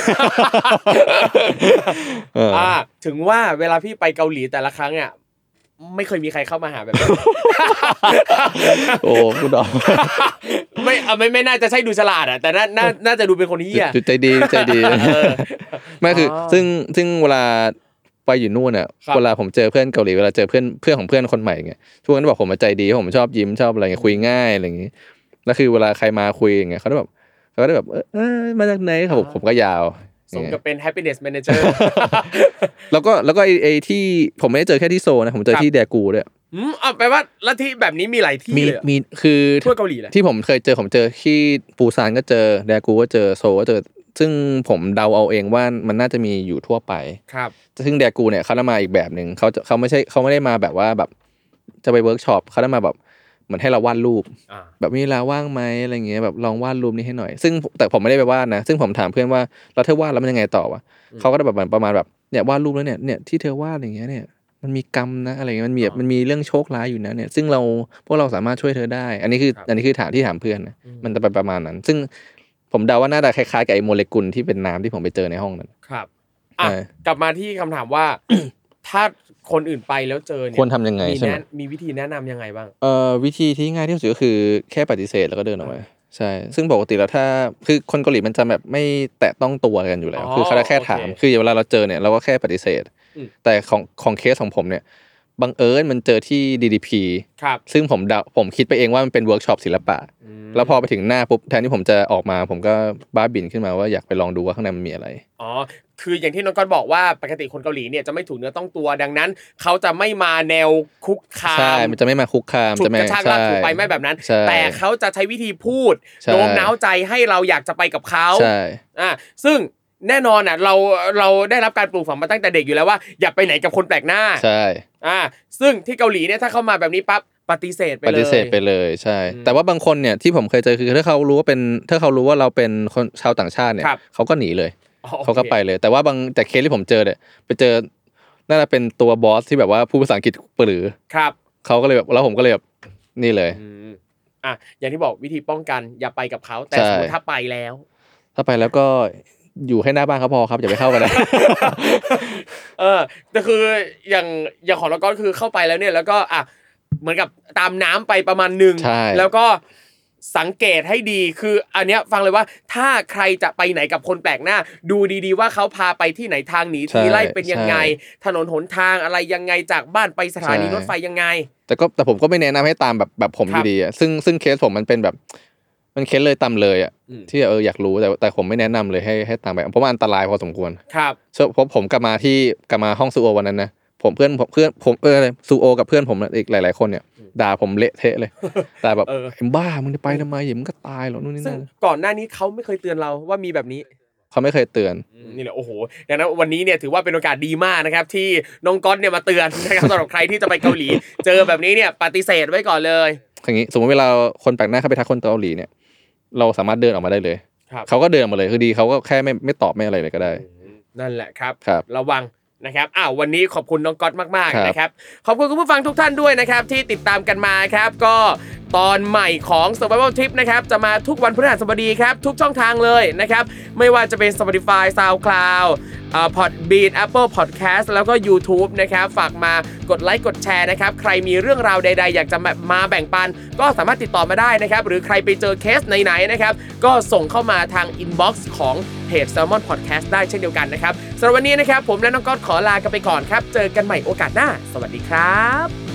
ถึงว่าเวลาพี่ไปเกาหลีแต่ละครั้งเนี่ยไม่เคยมีใครเข้ามาหาแบบนี้โอ้กูดอกไม่น่าจะใช่ดูฉลาดอ่ะแต่น่าจะดูเป็นคนเหี้ยใจดีไม่คือซึ่งเวลาไปอยู่นู่นอ่ะเวลาผมเจอเพื่อนเกาหลีเวลาเจอเพื่อนของเพื่อนคนใหม่เงี้ยทุกคนบอกผมใจดีผมชอบยิ้มชอบอะไรเงี้ยคุยง่ายอะไรอย่างงี้แล้วคือเวลาใครมาคุยอย่างเงี้ยเขาได้แบบมาจากไหนครับผมก็ยาวสมกับเป็น happiness manager แล้วก็ไอ้ที่ผมไม่ได้เจอแค่ที่โซนะผมเจอที่แดกูด้วยแปลว่าลัทธิแบบนี้มีหลายที่เลยมีคือทั่วเกาหลีเลยที่ผมเคยเจอที่ปูซานก็เจอแดกูก็เจอโซก็เจอซึ่งผมเดาเอาเองว่ามันน่าจะมีอยู่ทั่วไปครับซึ่งแดกูเนี่ยเขาได้มาอีกแบบนึงเขาไม่ได้มาแบบว่าแบบจะไปเวิร์กช็อปเขาได้มาแบบเหมือนให้เราวาดรูปแบบมีเวลาว่างไหมอะไรเงี้ยแบบลองวาดรูปนี้ให้หน่อยซึ่งแต่ผมไม่ได้ไปวาดนะซึ่งผมถามเพื่อนว่าเราเธอวาดแล้วมันยังไงต่อวะเขาก็แบบประมาณแบบเนี่ยวาดรูปแล้วเนี่ยที่เธอวาดอย่างเงี้ยเนี่ยมันมีกรรมนะอะไรเงี้ยมันมีเรื่องโชคร้ายอยู่นะเนี่ยซึ่งพวกเราสามารถช่วยเธอได้อันนี้คือถามเพื่อนนะมันจะเป็นประมาณนั้นซึ่งผมเดาว่าน่าจะคล้ายๆกับไอ้โมเลกุลที่เป็นน้ำที่ผมไปเจอในห้องนั้นครับกลับมาที่คำถามว่า ถ้าคนอื่นไปแล้วเจอเนี่ยควรทำยังไงใช่ไหมมีวิธีแนะนำยังไงบ้างวิธีที่ง่ายที่สุดก็คือแค่ปฏิเสธแล้วก็เดินออกมาใช่ซึ่งปกติแล้วถ้าคือคนเกาหลีมันจะแบบไม่แตะต้องตัวกันอยู่แล้วคือเขาแค่ถามคือเวลาเราเจอเนี่ยเราก็แค่ปฏิเสธแต่ของเคสของผมเนี่ยบังเอิญมันเจอที่ DDP ซึ่งผมคิดไปเองว่ามันเป็นเวิร์กช็อปศิลปะแล้วพอไปถึงหน้าปุ๊บแทนที่ผมจะออกมาผมก็บ้าบิ่นขึ้นมาว่าอยากไปลองดูว่าข้างในมันมีอะไรคืออย่างที่น้องก้อนบอกว่าปกติคนเกาหลีเนี่ยจะไม่ถูกเนื้อต้องตัวดังนั้นเขาจะไม่มาแนวคุกคามใช่มันจะไม่มาคุกคามจะไม่กระชากลากถูไปไม่แบบนั้นแต่เขาจะใช้วิธีพูดโน้มน้าวใจให้เราอยากจะไปกับเขาใช่ซึ่งแน่นอนอ่ะเราได้รับการปลูกฝังมาตั้งแต่เด็กอยู่แล้วว่าอย่าไปไหนกับคนแปลกหน้าใช่ซึ่งที่เกาหลีเนี่ยถ้าเข้ามาแบบนี้ปั๊บปฏิเสธไปเลยใช่แต่ว่าบางคนเนี่ยที่ผมเคยเจอคือถ้าเขารู้ว่าเราเป็นคนชาวต่างชาติเนี่ยเขาก็หนีเลยเขาก็ไปเลยแต่ว่าแต่เคสที่ผมเจอเนี่ยไปเจอน่าจะเป็นตัวบอสที่แบบว่าพูดภาษาอังกฤษปรือครับเขาก็เลยแบบแล้วผมก็เลยแบบนี่เลยอย่างที่บอกวิธีป้องกันอย่าไปกับเขาแต่สมมติถ้าไปแล้วก็อยู่ให้หน้าบ้านเขาพอครับอย่าไปเข้ากันนะแต่คืออย่างของเราก็คือเข้าไปแล้วเนี่ยแล้วก็เหมือนกับตามน้ำไปประมาณนึงแล้วก็สังเกตให้ดีคืออันเนี้ยฟังเลยว่าถ้าใครจะไปไหนกับคนแปลกหน้าดูดีๆว่าเขาพาไปที่ไหนทางหนีทีไล่เป็นยังไงถนนหนทางอะไรยังไงจากบ้านไปสถานีรถไฟยังไงแต่ผมก็ไม่แนะนำให้ตามแบบผมอยู่ดีอ่ะซึ่งเคสผมมันเป็นแบบมันเคสเลยตามเลยอ่ะที่อยากรู้แต่ผมไม่แนะนำเลยให้ตามไปเพราะว่าอันตรายพอสมควรครับเพราะผมกลับมาห้องซูโอวันนั้นนะผมเพื่อนซูโอกับเพื่อนผมอีกหลายๆคนเนี่ยด่าผมเละเทะเลยด่าแบบบ้ามึงจะไปทำไมมึงก็ตายหรอกนู่นนี่นั่นก่อนหน้านี้เขาไม่เคยเตือนเราว่ามีแบบนี้เขาไม่เคยเตือนนี่แหละโอ้โหดังนั้นวันนี้เนี่ยถือว่าเป็นโอกาสดีมากนะครับที่น้องก๊อตเนี่ยมาเตือนนะครับสำหรับใครที่จะไปเกาหลีเจอแบบนี้เนี่ยปฏิเสธไว้ก่อนเลยอย่างนี้สมมติเวลาคนแปลกหน้าเข้าไปทักคนเกาหลีเนี่ยเราสามารถเดินออกมาได้เลยเขาก็เดินมาเลยคือดีเขาก็แค่ไม่ตอบไม่อะไรเลยก็ได้นั่นแหละครับระวังนะครับวันนี้ขอบคุณน้องก๊อตมากๆนะครับขอบคุณคุณผู้ฟังทุกท่านด้วยนะครับที่ติดตามกันมาครับก็ตอนใหม่ของ Survival Trip นะครับจะมาทุกวันพฤหัสบดีครับทุกช่องทางเลยนะครับไม่ว่าจะเป็น Spotify SoundCloud Podbean Apple Podcast แล้วก็ YouTube นะครับฝากมากดไลค์กดแชร์นะครับใครมีเรื่องราวใดๆอยากจะมาแบ่งปันก็สามารถติดต่อมาได้นะครับหรือใครไปเจอเคสไหนๆนะครับก็ส่งเข้ามาทาง inbox ของเพจ Salmon Podcast ได้เช่นเดียวกันนะครับสำหรับวันนี้นะครับผมและน้องก๊อตขอลากันไปก่อนครับเจอกันใหม่โอกาสหน้าสวัสดีครับ